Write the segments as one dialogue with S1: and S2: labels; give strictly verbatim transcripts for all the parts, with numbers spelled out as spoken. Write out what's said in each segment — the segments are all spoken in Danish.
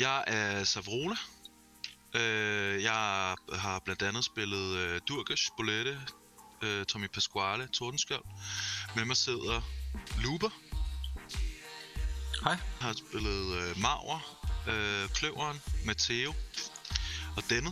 S1: Jeg er Savrone. Øh, jeg har blandt andet spillet øh, Durgash, Bolette, øh, Tommy Pasquale, Tordenskjold. Med mig sidder Luber.
S2: Hej.
S1: Jeg har spillet øh, Mauer, øh, Kløveren, Matteo og Denne.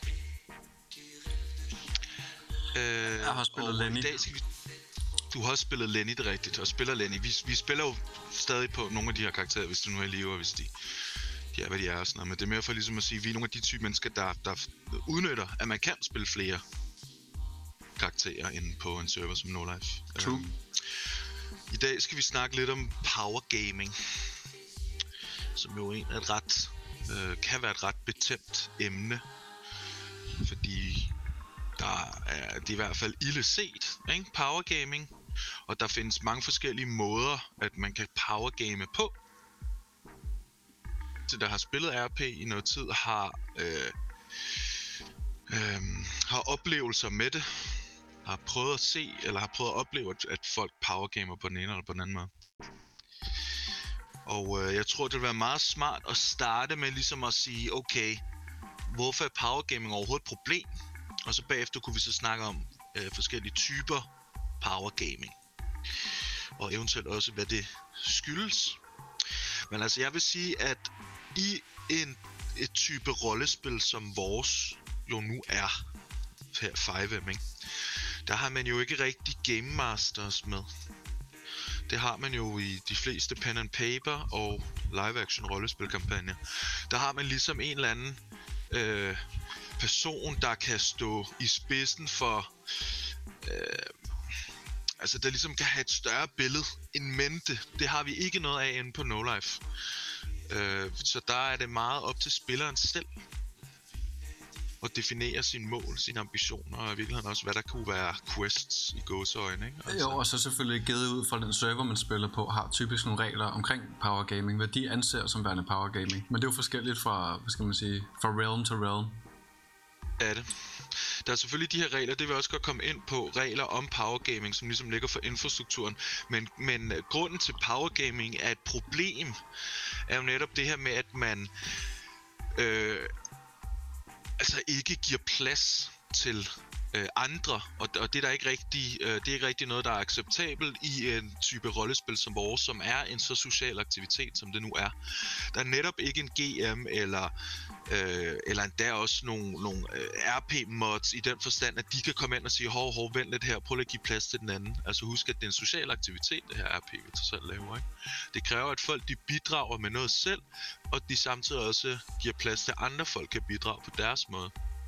S2: Øh, jeg har spillet Lenny.
S1: I dag skal vi... Du har også spillet Lenny, det er rigtigt, og spiller Lenny. Vi, vi spiller jo stadig på nogle af de her karakterer, hvis du nu er i live, og hvis de... Ja, hvad de er og sådan noget, men det er mere for ligesom at sige, at vi er nogle af de type mennesker, der, der udnytter, at man kan spille flere karakterer inde på en server som No Life.
S2: True.
S1: Um, I dag skal vi snakke lidt om power gaming, som jo en er et ret, øh, kan være et ret betændt emne, fordi der er, det er i hvert fald ilde set, ikke? Power gaming, og der findes mange forskellige måder, at man kan power game på. Der har spillet R P i noget tid, har øh, øh, har oplevelser med det, har prøvet at se, eller har prøvet at opleve, at folk powergamer på den ene eller på den anden måde. Og øh, jeg tror, det vil være meget smart at starte med ligesom at sige, okay, hvorfor er powergaming overhovedet et problem? Og så bagefter kunne vi så snakke om øh, forskellige typer powergaming. Og eventuelt også, hvad det skyldes. Men altså, jeg vil sige, at i en et type rollespil, som vores jo nu er, her fem M, ikke? Der har man jo ikke rigtig Game Masters med. Det har man jo i de fleste pen and paper og live-action rollespilkampagner. Der har man ligesom en eller anden øh, person, der kan stå i spidsen for... Øh, altså, der ligesom kan have et større billede in mente. Det har vi ikke noget af inde på No Life. Øh, så der er det meget op til spilleren selv at definere sine mål, sine ambitioner, og i virkeligheden også, hvad der kunne være quests i gåseøjne, ikke? Altså.
S2: Jo, og så selvfølgelig givet ud fra den server, man spiller på, har typisk nogle regler omkring power gaming, hvad de anser som værende power gaming. Men det er jo forskelligt fra, hvad skal man sige, fra realm til realm.
S1: Er det. Der er selvfølgelig de her regler, det vil jeg også godt komme ind på, regler om power gaming, som ligesom ligger for infrastrukturen. Men, men grunden til power gaming er et problem, er jo netop det her med, at man øh, altså ikke giver plads til øh, andre, og, og det er der ikke rigtig, øh, det er ikke rigtig noget, der er acceptabelt i en type rollespil som vores, som er en så social aktivitet, som det nu er. Der er netop ikke en G M eller øh, eller endda også nogle, nogle øh, R P-mods i den forstand, at de kan komme ind og sige, hov, hov, vent lidt her, prøv at give plads til den anden. Altså husk, at det er en social aktivitet, det her R P, vi til selv laver, ikke? Det kræver, at folk de bidrager med noget selv, og de samtidig også giver plads til, at andre folk kan bidrage på deres måde.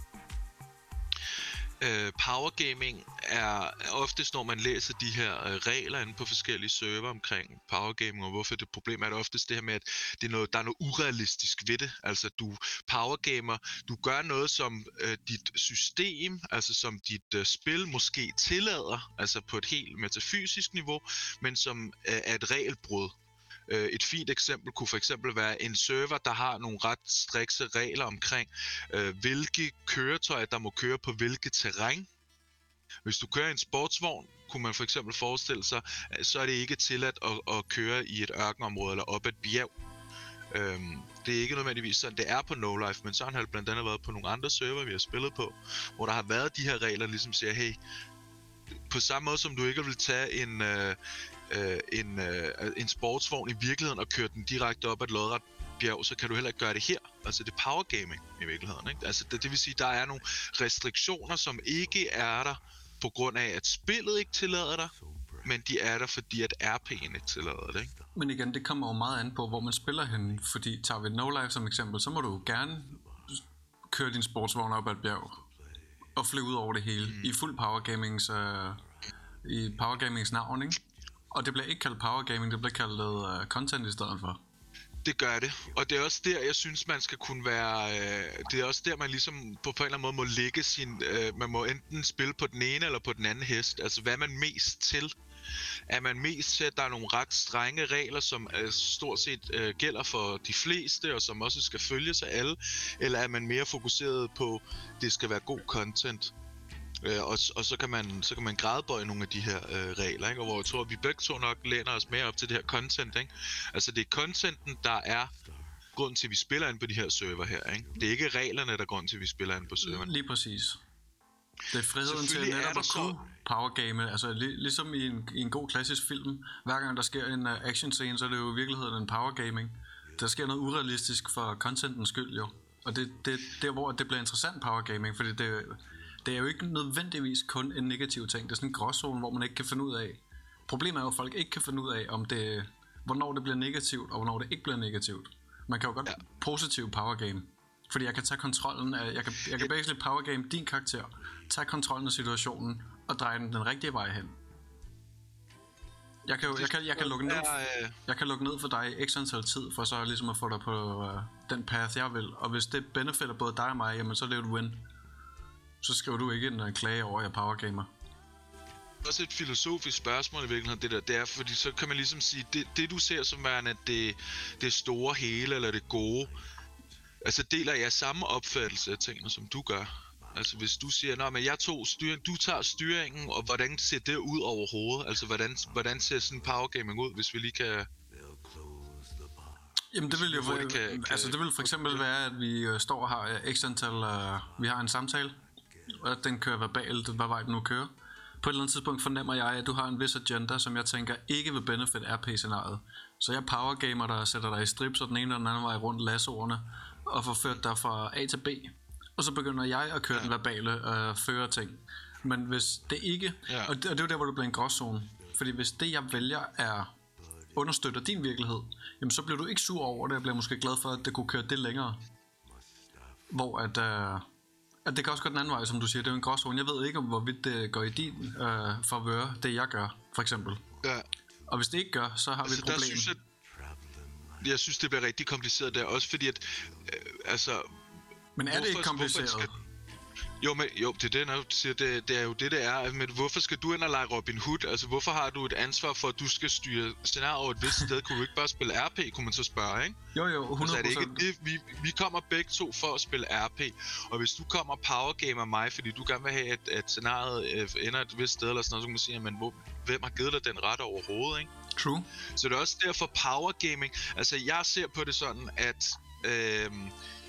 S1: Uh, power gaming er oftest, når man læser de her uh, regler inde på forskellige server omkring power gaming, og hvorfor det er et problem, er det oftest det her med, at det er noget, der er noget urealistisk ved det. Altså du power gamer, du gør noget, som uh, dit system, altså som dit uh, spil måske tillader, altså på et helt metafysisk niveau, men som uh, er et regelbrud. Et fint eksempel kunne for eksempel være en server, der har nogle ret strikse regler omkring, øh, hvilke køretøjer, der må køre på hvilket terræn. Hvis du kører en sportsvogn, kunne man for eksempel forestille sig, så er det ikke tilladt at, at køre i et ørkenområde eller op ad et bjerg. Øhm, det er ikke nødvendigvis sådan, det er på No Life, men sådan har det blandt andet været på nogle andre server, vi har spillet på, hvor der har været de her regler, ligesom siger, hey, på samme måde som du ikke vil tage en... Øh, Uh, en, uh, en sportsvogn i virkeligheden og køre den direkte op ad et lodret bjerg, så kan du heller ikke gøre det her. Altså det er power gaming i virkeligheden, ikke? Altså det, det vil sige, der er nogle restriktioner, som ikke er der på grund af, at spillet ikke tillader dig, men de er der, fordi at R P'en ikke tillader det, ikke?
S2: Men igen, det kommer jo meget an på, hvor man spiller hen, fordi tager vi No Life som eksempel, så må du gerne køre din sportsvogn op ad et bjerg og flyve ud over det hele mm. i fuld power gamings uh, i power gamings navn, ikke? Og det bliver ikke kaldt power gaming, det bliver kaldt uh, content i stedet for.
S1: Det gør det, og det er også der, jeg synes, man skal kunne være... Øh, det er også der, man ligesom på, på en eller anden måde må lægge sin... Øh, man må enten spille på den ene eller på den anden hest. Altså, hvad er man mest til? Er man mest til, at der er nogle ret strenge regler, som øh, stort set øh, gælder for de fleste, og som også skal følges af alle? Eller er man mere fokuseret på, at det skal være god content? Øh, og, og så kan man så kan man gradbøje nogle af de her øh, regler, ikke? Og hvor jeg tror, at vi begge to nok læner os mere op til det her content, ikke? Altså det er contenten, der er grunden til, at vi spiller ind på de her server her, ikke? Det er ikke reglerne, der er grunden til, at vi spiller ind på serveren.
S2: Lige præcis. Det er friheden til netop at kunne powergame, altså lig, ligesom i en, i en god klassisk film. Hver gang der sker en uh, action scene, så er det jo i virkeligheden en powergaming. Der sker noget urealistisk for contentens skyld jo. Og det er der, hvor det bliver interessant powergaming, fordi det, det er jo ikke nødvendigvis kun en negativ ting. Det er sådan en gråzone, hvor man ikke kan finde ud af. Problemet er jo, at folk ikke kan finde ud af, om det, hvornår det bliver negativt, og hvornår det ikke bliver negativt. Man kan jo godt ja. positiv powergame. Fordi jeg kan tage kontrollen af, jeg kan, jeg kan basically powergame din karakter, tage kontrollen af situationen, og dreje den den rigtige vej hen. Jeg kan jo, jeg kan, jeg kan lukke ned, jeg kan lukke ned for dig i x antal tid, for så ligesom at få dig på uh, den path, jeg vil. Og hvis det benefitter både dig og mig, jamen så er det jo et win. Så skriver du ikke en uh, klage over, at jeg powergamer.
S1: Også et filosofisk spørgsmål i virkeligheden, det der, det er, fordi så kan man ligesom sige, det, det du ser som værende det, det store hele, eller det gode, altså deler jeg samme opfattelse af tingene, som du gør. Altså hvis du siger, nå, men jeg tog styring, du tager styringen, og hvordan ser det ud overhovedet? Altså hvordan, hvordan ser sådan en powergaming ud, hvis vi lige kan...
S2: Jamen det vil jo for, kan, kan, altså det vil for eksempel være, at vi står og har x antal, uh, vi har en samtale, og den kører verbalt, hvad vej den nu kører. På et eller andet tidspunkt fornemmer jeg, at du har en vis agenda, som jeg tænker ikke vil benefit R P-scenariet. Så jeg powergamer dig og sætter dig i strips, og den ene og den anden vej rundt lassoerne, og får ført dig fra A til B. Og så begynder jeg at køre ja. den verbale øh, føre ting. Men hvis det ikke, ja. og, det, og det er jo der, hvor det bliver en gråzone. Fordi hvis det, jeg vælger, er understøtter din virkelighed, jamen så bliver du ikke sur over det, jeg bliver måske glad for, at det kunne køre det længere. Hvor at... Øh, at det kan også gå den anden vej, som du siger, det er jo en gråzone. Jeg ved ikke, om hvorvidt det går i din øh, favør, det jeg gør, for eksempel. Ja. Og hvis det ikke gør, så har altså, vi et problem.
S1: Synes jeg, jeg synes, det bliver rigtig kompliceret der, også fordi at, øh, altså...
S2: Men er hvorfor, det ikke kompliceret? Skal,
S1: jo, men, jo, det er det, siger, det, det er jo det, det er. Men hvorfor skal du ind og lege Robin Hood? Altså, hvorfor har du et ansvar for, at du skal styre scenariet over et vist sted? Kunne du ikke bare spille R P, kunne man så spørge, ikke?
S2: Jo, jo, hundrede procent.
S1: Altså, er det ikke det? Vi, vi kommer begge to for at spille R P. Og hvis du kommer og powergamer mig, fordi du gerne vil have, at, at scenariet ender et vist sted, eller sådan noget, så kan man sige, men hvor, hvem har givet dig den ret overhovedet, ikke?
S2: True.
S1: Så det er også derfor powergaming. Altså, jeg ser på det sådan, at... Øhm,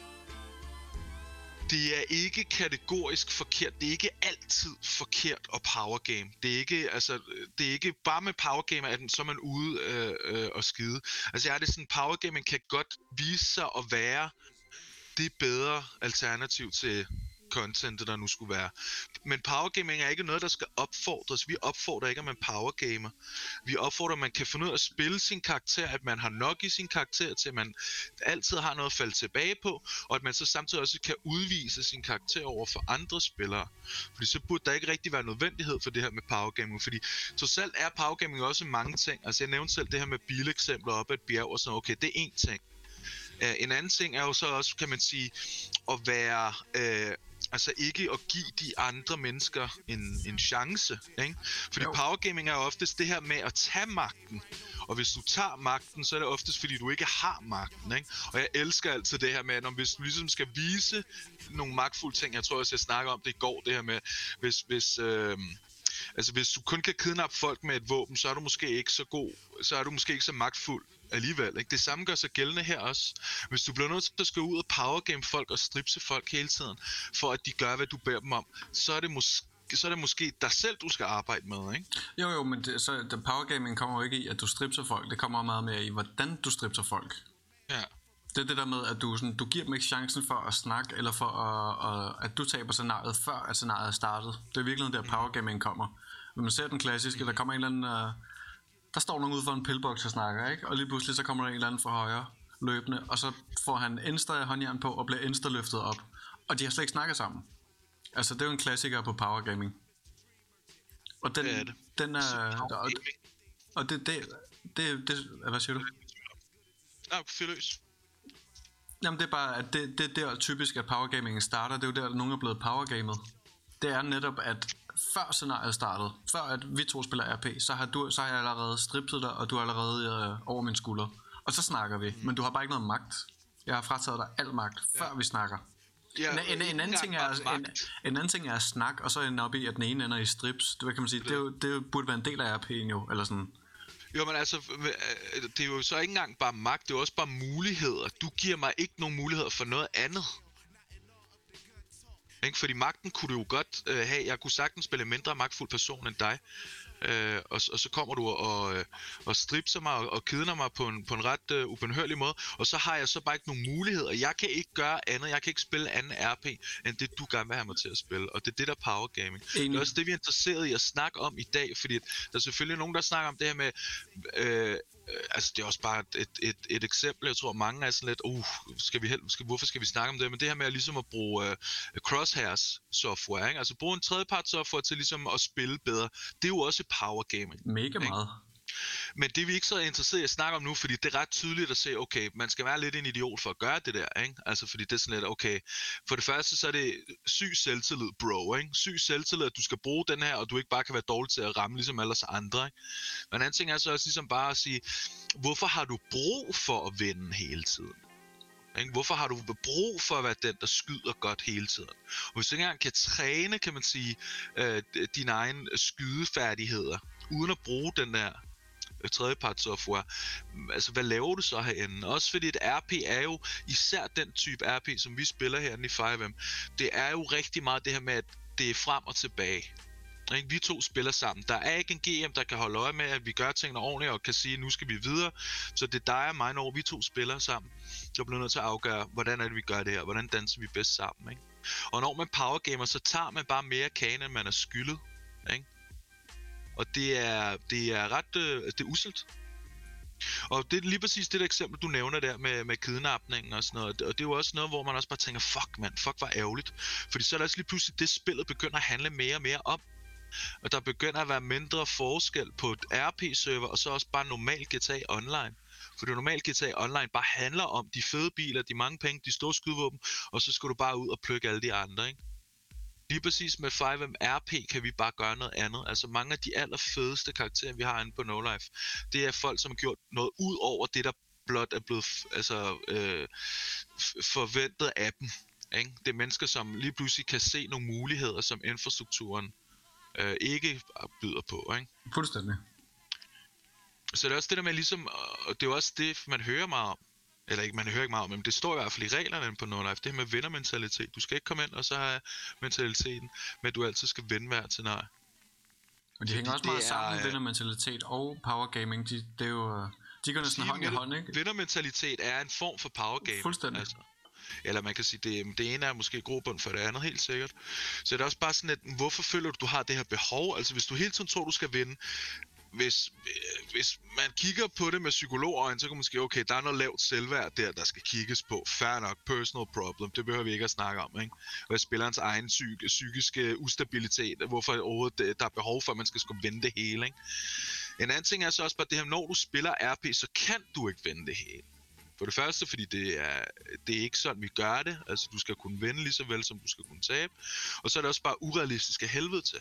S1: det er ikke kategorisk forkert. Det er ikke altid forkert at powergame. Det er ikke, altså, det er ikke bare med powergame, at så er man ude øh, øh, og skide. Altså, jeg er det sådan, powergaming kan godt vise sig at være det bedre alternativ til contentet, der nu skulle være. Men powergaming er ikke noget, der skal opfordres. Vi opfordrer ikke, at man powergamer. Vi opfordrer, at man kan finde ud af at spille sin karakter, at man har nok i sin karakter til, at man altid har noget at falde tilbage på, og at man så samtidig også kan udvise sin karakter over for andre spillere. Fordi så burde der ikke rigtig være nødvendighed for det her med powergaming, fordi trods alt er powergaming også mange ting. Altså jeg nævnte selv det her med bileksempler op ad et bjerg og sådan, okay, det er én ting. Uh, en anden ting er jo så også, kan man sige, at være... Uh, altså ikke at give de andre mennesker en, en chance, ikke? Fordi jo. Powergaming er jo oftest det her med at tage magten. Og hvis du tager magten, så er det oftest fordi du ikke har magten, ikke? Og jeg elsker altid det her med, at hvis du ligesom skal vise nogle magtfulde ting, jeg tror også jeg snakker om det i går, det her med, hvis, hvis øh, altså hvis du kun kan kidnappe folk med et våben, så er du måske ikke så god, så er du måske ikke så magtfuld alligevel, ikke? Det samme gør sig gældende her også. Hvis du bliver nødt til at skal ud og powergame folk og stripse folk hele tiden, for at de gør, hvad du beder dem om, så er det måske så er det måske dig selv, du skal arbejde med, ikke?
S2: Jo, jo, men det, så det, powergaming kommer jo ikke i, at du stripser folk. Det kommer meget mere i, hvordan du stripser folk.
S1: Ja.
S2: Det er det der med, at du, sådan, du giver dem ikke chancen for at snakke, eller for at, at, at du taber scenariet, før at scenariet er startet. Det er virkelig der, powergaming kommer. Når man ser den klassiske, der kommer en eller anden... Uh, der står nogen ude for en pillbox og snakker, ikke? Og lige pludselig så kommer der en eller anden fra højre løbende, og så får han insta håndjern på og bliver insta løftet op. Og de har slet ikke snakket sammen. Altså det er jo en klassiker på powergaming. Og den, det er det. Den er... Og, og det, det, det, det... Hvad siger du?
S1: Ja, fyr løs.
S2: Jamen det er bare, at det, det der typisk, at powergamingen starter. Det er jo der, at nogen er blevet powergamet. Det er netop, at før scenariet startede, før at vi to spiller R P, så har, du, så har jeg allerede stripset dig, og du er allerede øh, over min skulder. Og så snakker vi, mm. men du har bare ikke noget magt. Jeg har frataget dig al magt, før ja. vi snakker. Ja, en, en, en, anden ting er, en, en anden ting er at snakke, og så ender op i, at den ene ender i strips. Det, kan man sige, det, det, det burde være en del af R P'en jo, eller sådan.
S1: Jo, men altså, øh, det er jo så ikke engang bare magt, det er jo også bare muligheder. Du giver mig ikke nogen muligheder for noget andet. Ikke? Fordi magten kunne du jo godt øh, have. Jeg kunne sagtens spille en mindre magtfuld person end dig. Øh, og, og så kommer du og, øh, og stripser mig og, og kidner mig på en, på en ret øh, ubenhørlig måde. Og så har jeg så bare ikke nogen muligheder. Jeg kan ikke gøre andet. Jeg kan ikke spille anden R P, end det du gerne vil have mig til at spille. Og det er det, der er power gaming. Enig. Det er også det, vi er interesseret i at snakke om i dag. Fordi der er selvfølgelig nogen, der snakker om det her med... Øh, altså det er også bare et, et, et eksempel. Jeg tror mange er sådan lidt, uh, skal vi helst, skal, hvorfor skal vi snakke om det? Men det her med at ligesom at bruge uh, crosshairs software, ikke? Altså bruge en tredjepart software til ligesom at spille bedre. Det er jo også power gaming.
S2: Mega ikke? Meget.
S1: Men det er vi ikke så interesseret i at snakke om nu, fordi det er ret tydeligt at se, okay, man skal være lidt en idiot for at gøre det der, ikke? Altså fordi det er sådan lidt, okay, for det første så er det syg selvtillid, bro, ikke? Syg selvtillid, at du skal bruge den her, og du ikke bare kan være dårlig til at ramme ligesom alle os andre, ikke? Men en anden ting er så også ligesom bare at sige, hvorfor har du brug for at vinde hele tiden? Ikke? Hvorfor har du brug for at være den, der skyder godt hele tiden? Og hvis du ikke engang kan træne, kan man sige, øh, dine egne skydefærdigheder, uden at bruge den der tredjepart software, altså hvad laver du så herinde? Også fordi et R P er jo, især den type R P, som vi spiller herinde i five M, det er jo rigtig meget det her med, at det er frem og tilbage. Ikke? Vi to spiller sammen. Der er ikke en G M, der kan holde øje med, at vi gør tingene ordentligt og kan sige, nu skal vi videre. Så det er dig og mig, når vi to spiller sammen, der bliver nødt til at afgøre, hvordan er det, vi gør det her? Hvordan danser vi bedst sammen? Ikke? Og når man powergamer, så tager man bare mere kage, end man er skyldet. Ikke? Og det er, det er ret øh, det er uselt. Og det er lige præcis det der eksempel, du nævner der med, med kidnapningen og sådan noget. Og det er jo også noget, hvor man også bare tænker, fuck mand, fuck var ærgerligt. Fordi så er der også lige pludselig det, spillet begynder at handle mere og mere om. Og der begynder at være mindre forskel på et R P-server, og så også bare normal G T A Online. For det normalt G T A Online bare handler om de fede biler, de mange penge, de store skydevåben, og så skal du bare ud og plukke alle de andre, ikke? Lige præcis med five M R P kan vi bare gøre noget andet. Altså mange af de allerfedeste karakterer, vi har inde på No Life, det er folk, som har gjort noget ud over det, der blot er blevet altså, øh, forventet af dem. Ikke? Det er mennesker, som lige pludselig kan se nogle muligheder, som infrastrukturen øh, ikke byder på. Ikke?
S2: Fuldstændig.
S1: Så det er også det der med ligesom, og det er også det, man hører meget om. Eller ikke, man hører ikke meget om, men det står i hvert fald i reglerne på No Life. Det her med vindermentalitet. Du skal ikke komme ind og så have mentaliteten, men du altid skal vinde hver til nej.
S2: Og de hænger også meget sammen, øh, vindermentalitet og powergaming. De, det er jo, de går næsten hånd i hånd, ikke?
S1: Vindermentalitet er en form for powergaming.
S2: Fuldstændig.
S1: Altså. Eller man kan sige, det, det ene er måske grobund for det andet, helt sikkert. Så det er også bare sådan, at hvorfor føler du, du har det her behov? Altså hvis du hele tiden tror, du skal vinde, Hvis, hvis man kigger på det med psykologøjne, så kan man sige, okay, der er noget lavt selvværd der, der skal kigges på. Fair nok, personal problem, det behøver vi ikke at snakke om, ikke? Hvad spillerens egen psyk- psykiske ustabilitet, hvorfor overhovedet der er behov for, at man skal skulle vinde det hele, ikke? En anden ting er så også bare det her, når du spiller R P, så kan du ikke vinde det hele. For det første, fordi det er, det er ikke sådan, vi gør det. Altså, du skal kunne vinde lige så vel, som du skal kunne tabe. Og så er det også bare urealistisk af helvede til.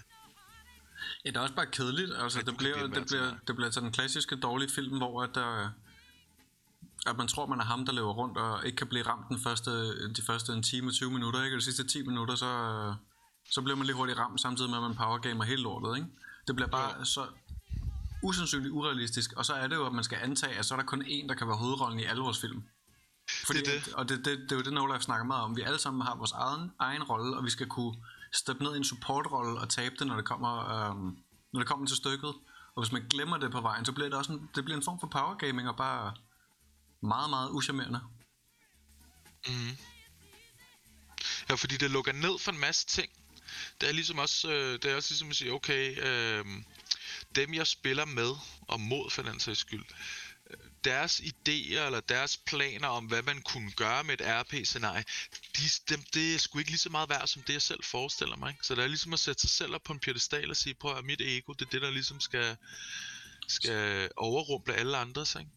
S2: Ja, det er også bare kedeligt. Altså, det bliver, det, bliver, det bliver sådan en klassiske dårlig film, hvor at, uh, at man tror, man er ham, der løber rundt og ikke kan blive ramt den første, de første en time og tyve minutter, ikke? Og de sidste ti minutter, så, uh, så bliver man lige hurtigt ramt, samtidig med, at man powergamer hele lortet, ikke? Det bliver bare ja. så usandsynligt urealistisk, og så er det jo, at man skal antage, at så er der kun én, der kan være hovedrollen i alle vores film. Fordi, det er det. At, og det, det, det er jo det, No Life snakker meget om. Vi alle sammen har vores egen, egen rolle, og vi skal kunne steppe ned i en supportrolle og tabe det, når det kommer, øhm, når det kommer til stykket. Og hvis man glemmer det på vejen, så bliver det også en, det bliver en form for powergaming, og bare meget, meget uschammerende.
S1: Mm. Ja, fordi det lukker ned for en masse ting. Det er ligesom også, øh, det er også ligesom at sige, okay, øh, dem jeg spiller med, og mod for den sags skyld, deres idéer eller deres planer om, hvad man kunne gøre med et R P-scenarie, de, dem, det er sgu ikke lige så meget værd, som det jeg selv forestiller mig. Ikke? Så det er ligesom at sætte sig selv op på en piedestal og sige, prøv at mit ego, det er det, der ligesom skal, skal overrumple alle andres, ikke?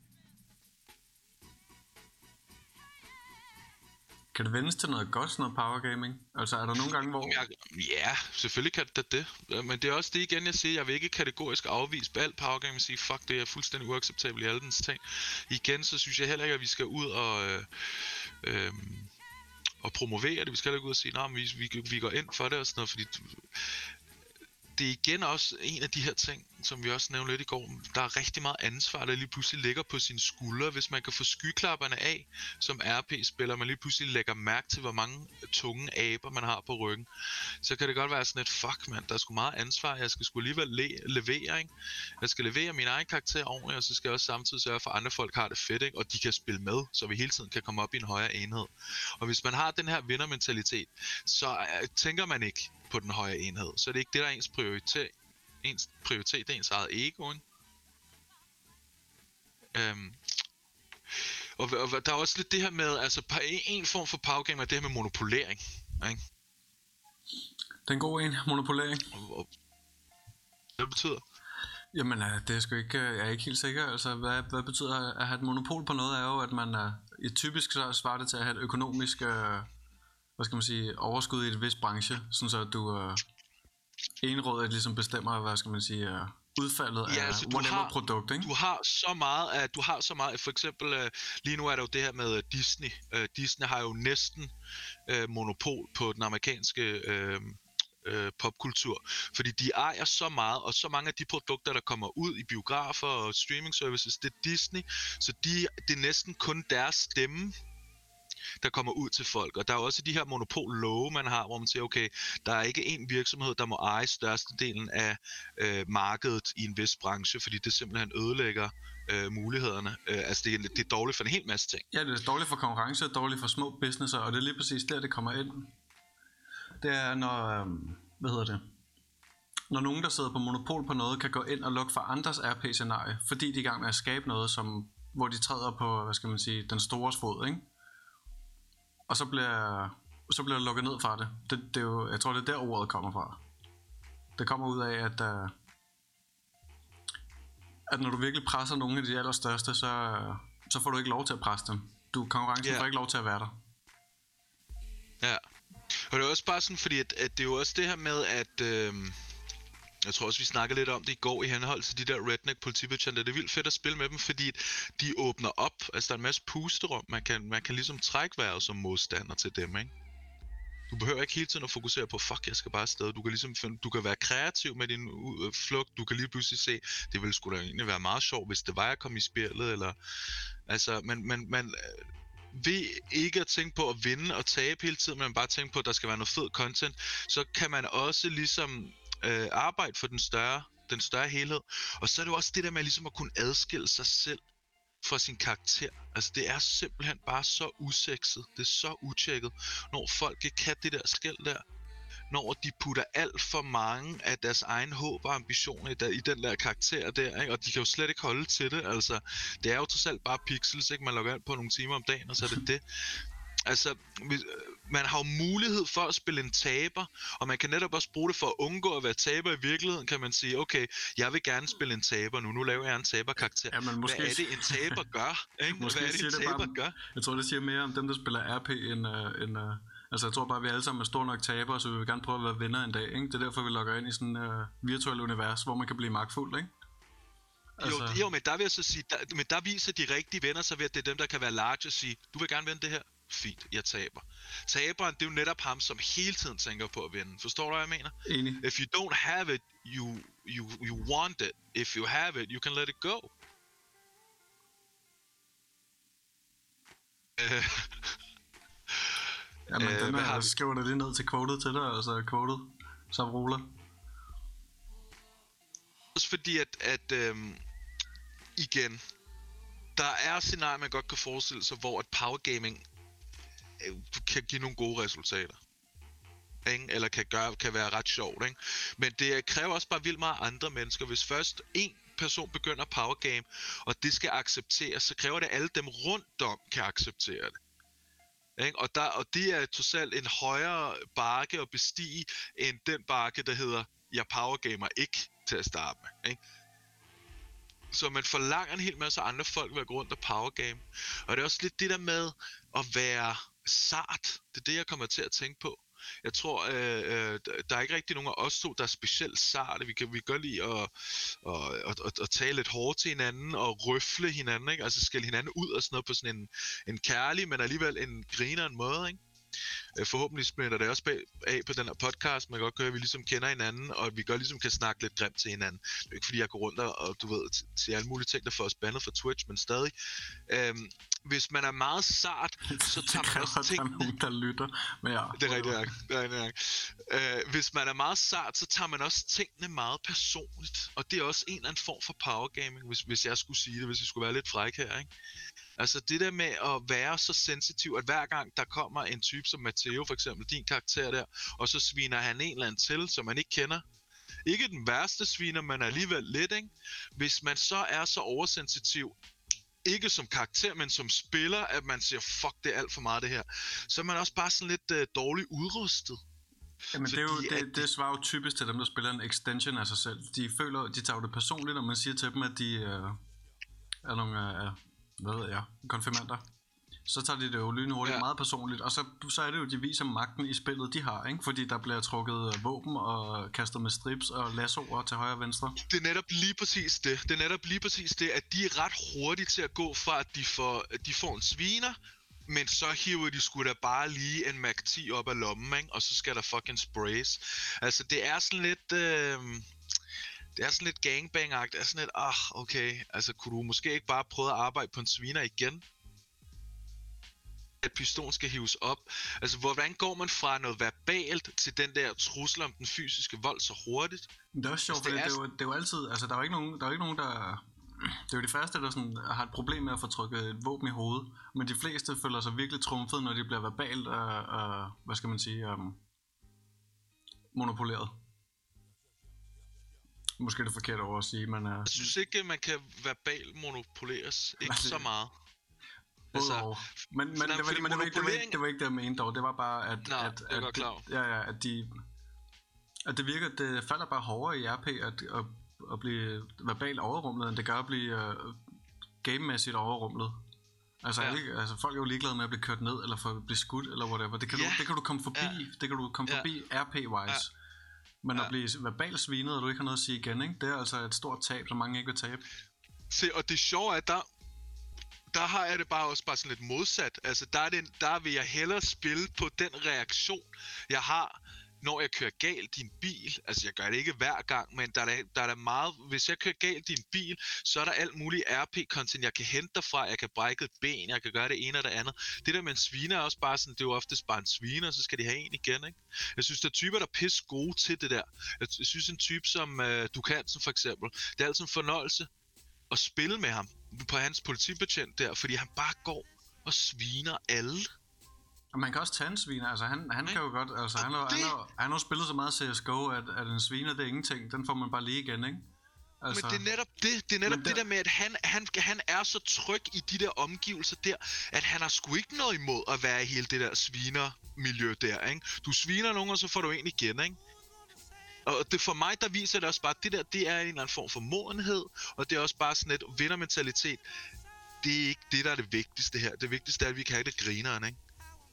S2: Kan det vendes til noget godt, sådan noget powergaming? Altså er der nogle gange, hvor...
S1: Jeg, ja, selvfølgelig kan det det. Men det er også det igen, jeg siger. Jeg vil ikke kategorisk afvise alt powergaming og sige, fuck, det er fuldstændig uacceptabelt i alle dens ting. Igen, så synes jeg heller ikke, at vi skal ud og, øh, øh, og promovere det. Vi skal heller ikke ud og sige, nej, vi, vi, vi går ind for det og sådan noget, fordi det er igen også en af de her ting, som vi også nævnte lidt i går. Der er rigtig meget ansvar, der lige pludselig ligger på sine skuldre. Hvis man kan få skyklapperne af som R P-spiller, man lige pludselig lægger mærke til, hvor mange tunge aber man har på ryggen, så kan det godt være sådan et, fuck mand, der er sgu meget ansvar. Jeg skal sgu alligevel le- levere, ikke? Jeg skal levere min egen karakter ordentligt, og så skal jeg også samtidig sørge for, at andre folk har det fedt, ikke? Og de kan spille med, så vi hele tiden kan komme op i en højere enhed. Og hvis man har den her vindermentalitet, så øh, tænker man ikke på den højere enhed. Så det er ikke det, der er ens prioritet. Ens prioritet er ens eget ego, ikke? Øhm. Og, og der er også lidt det her med, altså en form for powergame er det her med monopolering, ikke?
S2: Den gode en, monopolering.
S1: Og, og, hvad det betyder?
S2: Jamen, det er sgu ikke, jeg er ikke helt sikker. Altså, hvad, hvad betyder at have et monopol på noget, er jo, at man er, et typisk så svarer det til at have et økonomisk, øh, hvad skal man sige, overskud i et vis branche, sådan så at du øh, enrådet ligesom bestemmer, hvad skal man sige, øh, udfaldet
S1: ja,
S2: af
S1: altså,
S2: whatever
S1: har,
S2: produkt, ikke?
S1: Du har så meget, at du har så meget, for eksempel uh, lige nu er der jo det her med uh, Disney. Uh, Disney har jo næsten uh, monopol på den amerikanske uh, uh, popkultur, fordi de ejer så meget, og så mange af de produkter, der kommer ud i biografer og streaming services, det er Disney, så de, det er næsten kun deres stemme, der kommer ud til folk. Og der er også de her monopollove, man har, hvor man siger, okay, der er ikke én virksomhed, der må eje størstedelen af øh, markedet i en vis branche, fordi det simpelthen ødelægger øh, mulighederne. Øh, altså, det er, det er dårligt for en hel masse ting.
S2: Ja, det er dårligt for konkurrence, dårligt for små businesser, og det er lige præcis der, det kommer ind. Det er, når, øh, hvad hedder det, når nogen, der sidder på monopol på noget, kan gå ind og lukke for andres R P-scenarie, fordi de er i gang med at skabe noget, som, hvor de træder på, hvad skal man sige, den stores fod, ikke? Og så bliver, så bliver der lukket ned fra det. Det, det er jo, jeg tror, det er der ordet kommer fra. Det kommer ud af, at, uh, at når du virkelig presser nogle af de allerstørste, så, så får du ikke lov til at presse dem. Du, konkurrencen yeah. får ikke lov til at være der.
S1: Ja. Og det er også bare sådan, fordi at, at det er jo også det her med, at... Øh... Jeg tror også, vi snakkede lidt om det i går i henhold til de der redneck politibetjente. Det er vildt fedt at spille med dem, fordi de åbner op. Altså, der er en masse pusterum. Man kan, man kan ligesom trække vejret som modstander til dem, ikke? Du behøver ikke hele tiden at fokusere på, fuck, jeg skal bare afsted. Du kan ligesom finde, du kan være kreativ med din uh, flugt. Du kan lige pludselig se, det ville sgu da egentlig være meget sjovt, hvis det var, jeg kom i spillet, eller... Altså, men... men, man ved ikke at tænke på at vinde og tabe hele tiden, men bare tænke på, at der skal være noget fed content, så kan man også ligesom... Øh, arbejde for den større, den større helhed. Og så er det jo også det der med ligesom at kunne adskille sig selv fra sin karakter. Altså det er simpelthen bare så usekset. Det er så utjekket, når folk ikke kan det der skæld der. Når de putter alt for mange af deres egen håb og ambitioner i, der, i den der karakter der, ikke? Og de kan jo slet ikke holde til det. Altså det er jo trods alt bare pixels, ikke? Man logger ind på nogle timer om dagen, og så er det det. Altså, man har jo mulighed for at spille en taber, og man kan netop også bruge det for at undgå at være taber i virkeligheden, kan man sige, okay, jeg vil gerne spille en taber nu, nu laver jeg en taberkarakter.
S2: Ja, måske...
S1: Hvad er det, en taber gør? Ikke? Hvad er det, en taber
S2: bare...
S1: gør?
S2: Jeg tror, det siger mere om dem, der spiller R P, end... Uh, end uh... Altså, jeg tror bare, at vi alle sammen er store nok tabere, så vi vil gerne prøve at være vinder en dag, ikke? Det er derfor, vi logger ind i sådan et uh, virtuelt univers, hvor man kan blive magtfuld, ikke?
S1: Altså... Jo, jo, men der vil jeg så sige, der, men der viser de rigtige venner sig ved, at det er dem, der kan være large og sige, du vil gerne vinde det her? Fint, jeg taber. Taberen, det er jo netop ham, som hele tiden tænker på at vinde. Forstår du, hvad jeg mener?
S2: Enig.
S1: If you don't have it, you, you, you want it. If you have it, you can let it go. Uh,
S2: Jamen, uh, den her skriver det lige ned til quotet til dig, altså quotet, som ruller.
S1: Også fordi, at, at øhm, igen, der er scenarier, man godt kan forestille sig, hvor et power gaming kan give nogle gode resultater, ikke? Eller kan, gøre, kan være ret sjovt, ikke? Men det kræver også bare vildt meget andre mennesker. Hvis først en person begynder power game, og det skal accepteres, så kræver det, at alle dem rundt om kan acceptere det, ikke? Og, der, og det er totalt en højere bakke at bestige, end den bakke, der hedder, jeg power gamer ikke til at starte med, ikke? Så man forlanger en hel masse andre folk ved at gå rundt og power game. Og det er også lidt det der med at være sart. Det er det, jeg kommer til at tænke på. Jeg tror, øh, øh, der er ikke rigtig nogen af os to, der er specielt sarte. Vi kan vi godt lide at, at, at, at, at tale lidt hårdt til hinanden og røfle hinanden, ikke? Altså skælde hinanden ud og sådan noget på sådan en, en kærlig, men alligevel en grineren måde, ikke? Øh, forhåbentlig smitter det også bag, af på den her podcast. Man kan godt høre, at vi ligesom kender hinanden, og vi godt ligesom kan snakke lidt grimt til hinanden. Det er ikke fordi, jeg går rundt og, og du ved, til, til alle mulige ting, der får os bandet fra Twitch, men stadig. Øhm, hvis man er meget sart, så tager man også tingene...
S2: Der er nogen, der lytter, men ja.
S1: Det er rigtigt nok. Det er rigtigt nok. Øh, hvis man er meget sart, så tager man også tingene meget personligt. Og det er også en eller anden form for powergaming, hvis, hvis jeg skulle sige det, hvis jeg skulle være lidt fræk her, ikke? Altså det der med at være så sensitiv, at hver gang der kommer en type som Matteo, for eksempel din karakter der, og så sviner han en eller anden til, som man ikke kender. Ikke den værste sviner, men alligevel lidt, ikke? Hvis man så er så oversensitiv, ikke som karakter, men som spiller, at man siger, fuck, det er alt for meget det her, så er man også bare sådan lidt øh, dårligt udrustet.
S2: Jamen det, er jo, det, det svarer jo typisk til dem, der spiller en extension af sig selv. De føler, de tager det personligt, når man siger til dem, at de øh, er nogle... Øh, hvad ved jeg, konfirmander, så tager de det jo lynhurtigt ja. meget personligt, og så, så er det jo, de viser magten i spillet, de har, ikke? Fordi der bliver trukket våben og kastet med strips og lassoer til højre og venstre.
S1: Det er netop lige præcis det. Det er netop lige præcis det, at de er ret hurtige til at gå fra, at de får, at de får en sviner, men så hiver de sgu da bare lige en Mac ti op af lommen, ikke? Og så skal der fucking sprays. Altså, det er sådan lidt... Øh... Det er sådan lidt gangbang-agtigt. Det er sådan lidt, ah, okay, altså kunne du måske ikke bare prøve at arbejde på en sviner igen? At pistolen skal hives op. Altså, hvordan går man fra noget verbalt til den der trussel om den fysiske vold så hurtigt?
S2: Det er også sjovt, altså, det, er... det, er jo, det er jo altid, altså der er jo ikke nogen, der er jo ikke nogen, der... Det er jo de første, der sådan, har et problem med at få trykket et våben i hovedet, men de fleste føler sig virkelig trumfet, når de bliver verbalt og, og hvad skal man sige, um, monopoleret. Måske er det forkert over at sige, men... Uh...
S1: Jeg synes ikke, man kan verbal monopoleres. Ikke
S2: altså,
S1: så meget.
S2: Altså, men men, det, var, men det, var ikke, det, var ikke, det var ikke det, jeg mente dog. Det var bare, at...
S1: Nej,
S2: at,
S1: det er
S2: at,
S1: godt klar.
S2: Ja, ja, at de... At det virker, det falder bare hårdere i R P at, at, at blive verbalt overrumlet, end det gør at blive uh, gamemæssigt overrumlet. Altså, ja. ikke, altså, folk er jo ligeglade med at blive kørt ned, eller for at blive skudt, eller whatever. Det kan, ja. du, det kan du komme forbi, ja. det kan du komme ja. forbi R P-wise. Ja. Men ja. at blive verbalt svinet, og du ikke har noget at sige igen, ikke? Det er altså et stort tab, som mange ikke vil tabe.
S1: Se, og det sjove er, at der, der har jeg det bare også bare sådan lidt modsat. Altså, der, er det, der vil jeg hellere spille på den reaktion, jeg har, når jeg kører galt i en bil. Altså, jeg gør det ikke hver gang, men der er, der, der er der meget... Hvis jeg kører galt i en bil, så er der alt muligt R P-content, jeg kan hente derfra. Jeg kan brække et ben, jeg kan gøre det ene og det andet. Det der med en sviner er også bare sådan, det er jo oftest bare en sviner, og så skal de have en igen, ikke? Jeg synes, der er typer, der er pisse gode til det der. Jeg synes, en type som uh, Dukansen for eksempel, det er altid en fornøjelse at spille med ham på hans politibetjent der, fordi han bare går og sviner alle.
S2: Og man kan også tage en sviner, altså han, han kan jo godt, altså han har, det... han, har, han har spillet så meget C S G O, at, at en sviner, det er ingenting, den får man bare lige igen, ikke? Altså...
S1: Men det er netop det, det er netop det der... det der med, at han, han, han er så tryg i de der omgivelser der, at han har sgu ikke noget imod at være i hele det der svinermiljø der, ikke? Du sviner nogen, og så får du en igen, ikke? Og det for mig, der viser det også bare, at det der, det er en eller anden form for modenhed, og det er også bare sådan et vindermentalitet. Det er ikke det, der er det vigtigste her. Det vigtigste er, at vi kan have det grineren, ikke?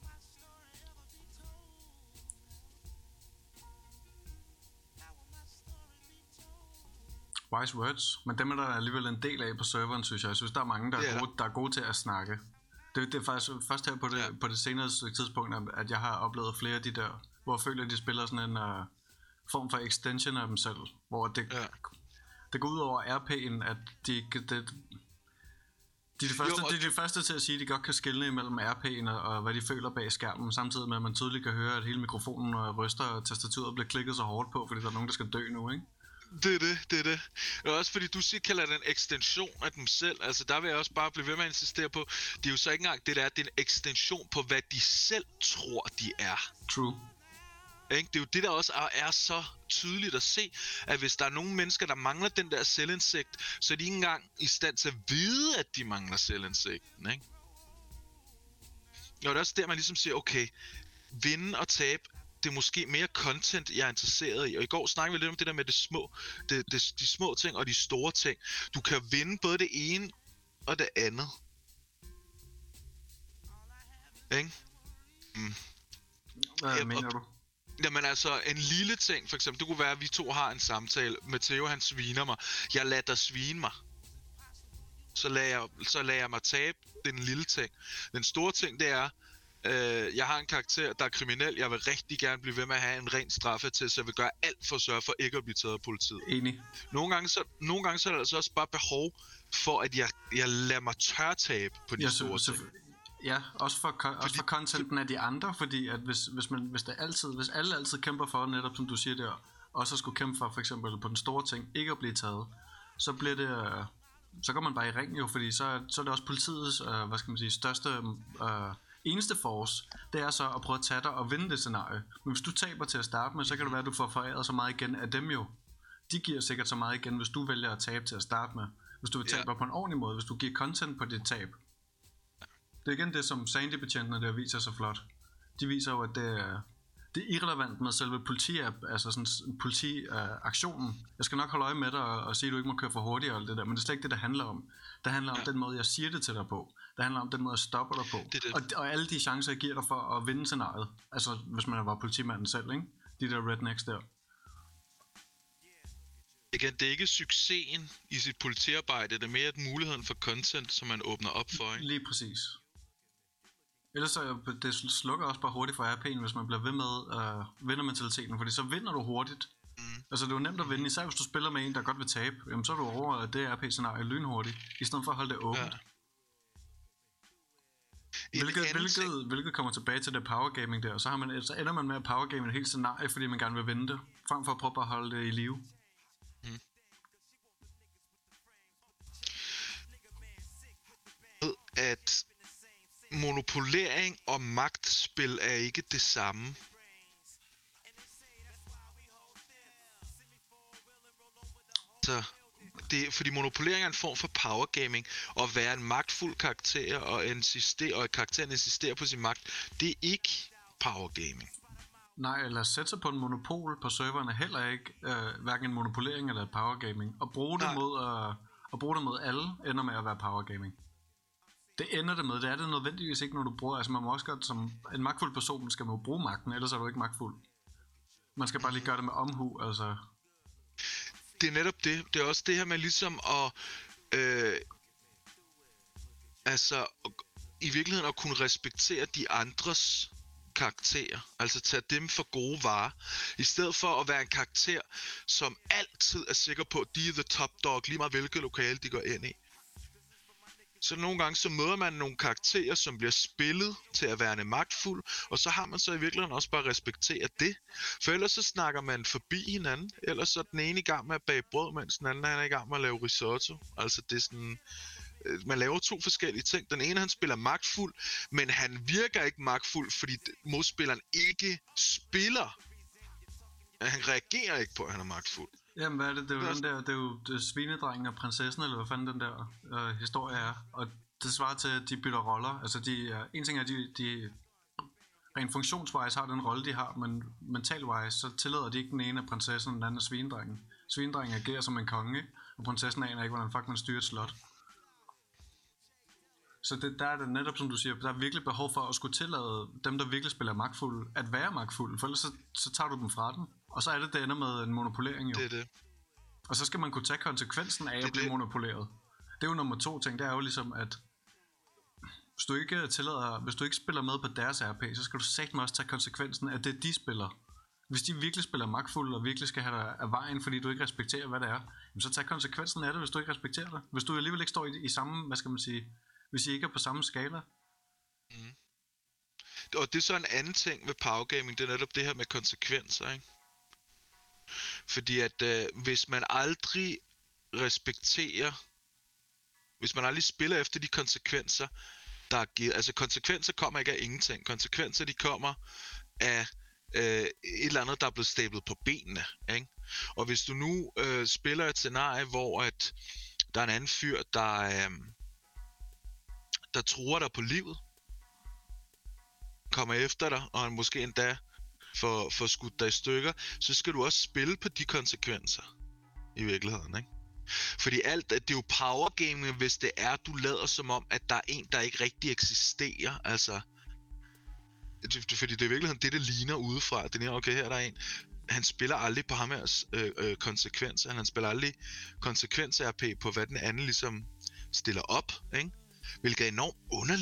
S2: Wise words, men dem er der alligevel en del af på serveren, synes jeg. Jeg synes, der er mange, der, er, er, gode, der er gode til at snakke. Det, det er faktisk først her på det, ja. på det senere tidspunkt, at jeg har oplevet flere af de der, hvor jeg føler, at de spiller sådan en uh, form for extension af dem selv, hvor det, ja. det går ud over R P'en, at de, det, de, de, de, første, jo, de er de første til at sige, at de godt kan skelne imellem R P'en og, og hvad de føler bag skærmen, samtidig med, at man tydeligt kan høre, at hele mikrofonen og ryster og tastaturet bliver klikket så hårdt på, fordi der er nogen, der skal dø nu, ikke?
S1: Det er det, det er det. Og også fordi du siger, kalder det en ekstension af dem selv. Altså der vil jeg også bare blive ved med at insistere på. Det er jo så ikke engang det der, det er en ekstension på, hvad de selv tror, de er.
S2: True.
S1: Ikke? Det er jo det, der også er, er så tydeligt at se, at hvis der er nogle mennesker, der mangler den der selvindsigt, så er de ikke engang i stand til at vide, at de mangler selvindsigten, ikke? Og det er også der, man ligesom siger, okay, vinde og tabe, det er måske mere content, jeg er interesseret i. Og i går snakkede vi lidt om det der med det små, det, det, de små ting og de store ting. Du kan vinde både det ene og det andet. Ikke? Mm.
S2: Hvad ja, mener du?
S1: Jamen altså, en lille ting, for eksempel, det kunne være, at vi to har en samtale. Matteo, han sviner mig. Jeg lader dig svine mig. Så lader jeg, så lader jeg mig tabe. Det er en lille ting. Den store ting, det er, øh, jeg har en karakter, der er kriminel, jeg vil rigtig gerne blive ved med at have en ren straffetest, så jeg vil gøre alt for at sørge for ikke at blive taget af politiet.
S2: Enig.
S1: Nogle gange så, nogle gange så er der altså også bare behov for, at jeg, jeg lader mig tørtabe på de
S2: Ja,
S1: store
S2: så,
S1: ting.
S2: så, ja, også for, ko- også for contenten af de andre, fordi at hvis, hvis, man, hvis, der altid, hvis alle altid kæmper for, netop som du siger der, og så skulle kæmpe for for eksempel på den store ting, ikke at blive taget, så bliver det, øh, så går man bare i ring jo, fordi så, så er det også politiets, øh, hvad skal man sige, største, øh, eneste force, det er så at prøve at tage dig og vinde det scenarie. Men hvis du taber til at starte med, så kan det være, at du får foræret så meget igen af dem jo. De giver sikkert så meget igen, hvis du vælger at tabe til at starte med. Hvis du vil tabe ja. på en ordentlig måde, hvis du giver content på dit tab. Det er igen det, som Sandy-betjentene der viser så flot. De viser jo, at det er, det er irrelevant med selve politi, altså sådan politi-aktionen. Jeg skal nok holde øje med dig og, og sige, at du ikke må køre for hurtigt og alt det der, men det er slet ikke det, det handler om. Det handler om ja. den måde, jeg siger det til dig på. Det handler om den måde, jeg stopper dig på. Det det. Og, og alle de chancer, jeg giver dig for at vinde scenariet. Altså, hvis man var politimanden selv, ikke? De der rednecks der.
S1: Igen, det er ikke succesen i sit politiarbejde, det er mere et muligheden for content, som man åbner op for, ikke?
S2: Lige præcis. Ellers så det slukker også bare hurtigt for R P'en, hvis man bliver ved med øh, vindermentaliteten, fordi så vinder du hurtigt. Mm. Altså det er jo nemt at vinde, især hvis du spiller med en, der godt vil tabe, jamen så er du over det R P-scenarie lynhurtigt, i stedet for at holde det åbent. Ja. Hvilket, hvilket, hvilket kommer tilbage til det powergaming der, og så, har man, så ender man med at powergame et helt scenarie, fordi man gerne vil vinde det, frem for at prøve at holde det i live. Mm.
S1: At monopolering og magtspil er ikke det samme. Så det, fordi monopolering er en form for powergaming, og at være en magtfuld karakter og insistere, og karakteren insisterer på sin magt, det er ikke powergaming.
S2: Nej, eller sætte sig på en monopol på serverne heller ikke, øh, hverken en monopolering eller powergaming. Og bruge det mod øh, og bruge det mod alle ender med at være powergaming. Det ender det med, det er det nødvendigvis ikke, når du bruger, altså man må også godt, som en magtfuld person skal man jo bruge magten, ellers er du ikke magtfuld. Man skal bare lige gøre det med omhu, altså.
S1: Det er netop det, det er også det her med ligesom at, øh, altså, i virkeligheden at kunne respektere de andres karakterer, altså tage dem for gode varer, i stedet for at være en karakter, som altid er sikker på, at de er the top dog, lige meget hvilket lokale de går ind i. Så nogle gange så møder man nogle karakterer, som bliver spillet til at være magtfuld, og så har man så i virkeligheden også bare respekteret det. For ellers så snakker man forbi hinanden, ellers så er den ene i gang med at bage brød, mens den anden er i gang med at lave risotto. Altså det er sådan, man laver to forskellige ting. Den ene han spiller magtfuld, men han virker ikke magtfuld, fordi modspilleren ikke spiller. Han reagerer ikke på, at han er magtfuld.
S2: Jamen hvad er det? Det er jo den der, det er jo det er svinedrengen og prinsessen, eller hvad fanden den der øh, historie er. Og det svarer til, at de bytter roller. Altså de, uh, en ting er, at de, de rent funktionswise har den rolle, de har, men mentalwise, så tillader de ikke den ene af prinsessen, og den anden af svinedrengen. Svinedrengen agerer som en konge, og prinsessen aner ikke, hvordan fuck man styrer et slot. Så det, der er det netop, som du siger, der er virkelig behov for at skulle tillade dem, der virkelig spiller magtfulde, at være magtfulde, for ellers så, så tager du dem fra dem. Og så er det, det ender med en monopolering jo.
S1: Det er det.
S2: Og så skal man kunne tage konsekvensen af
S1: det
S2: at blive
S1: det.
S2: monopoleret. Det er jo nummer to ting, det er jo ligesom, at hvis du ikke tillader, hvis du ikke spiller med på deres R P, så skal du satme også tage konsekvensen af det, de spiller. Hvis de virkelig spiller magtfulde og virkelig skal have dig af vejen, fordi du ikke respekterer, hvad det er, så tag konsekvensen af det, hvis du ikke respekterer det. Hvis du alligevel ikke står i, i samme, hvad skal man sige, hvis I ikke er på samme skala.
S1: Mm. Og det er så en anden ting ved powergaming, det er netop det her med konsekvenser, ikke? Fordi at øh, hvis man aldrig respekterer, hvis man aldrig spiller efter de konsekvenser, der er givet, altså konsekvenser kommer ikke af ingenting. Konsekvenser, de kommer af øh, et eller andet, der er blevet stablet på benene, ikke? Og hvis du nu øh, spiller et scenarie, hvor at der er en anden fyr, der øh, der truer dig på livet, kommer efter dig, og han måske endda får, får skudt dig i stykker, så skal du også spille på de konsekvenser, i virkeligheden, ikke? Fordi alt, det er jo powergaming, hvis det er, du lader som om, at der er en, der ikke rigtig eksisterer, altså, fordi det er i virkeligheden det, det ligner udefra, det er, okay, her der er en, han spiller aldrig på ham her øh, øh, konsekvenser, han spiller aldrig konsekvenser R P på, hvad den anden ligesom stiller op, ikke? Hvilket er enormt underligt.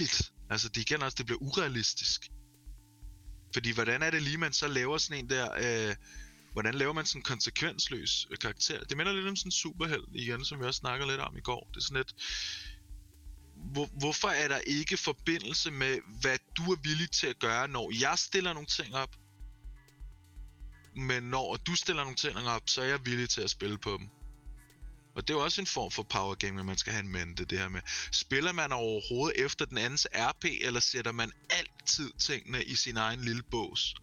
S1: Altså, det igen også, det bliver urealistisk. Fordi hvordan er det lige, man så laver sådan en der... Øh, hvordan laver man sådan en konsekvensløs øh, karakter? Det minder lidt om sådan en superhelt igen, som vi også snakkede lidt om i går. Det er sådan lidt... Hvor, hvorfor er der ikke forbindelse med, hvad du er villig til at gøre, når jeg stiller nogle ting op? Men når du stiller nogle ting op, så er jeg villig til at spille på dem. Og det er jo også en form for power game, man skal have en mente, det her med. Spiller man overhovedet efter den andens R P, eller sætter man altid tingene i sin egen lille bås?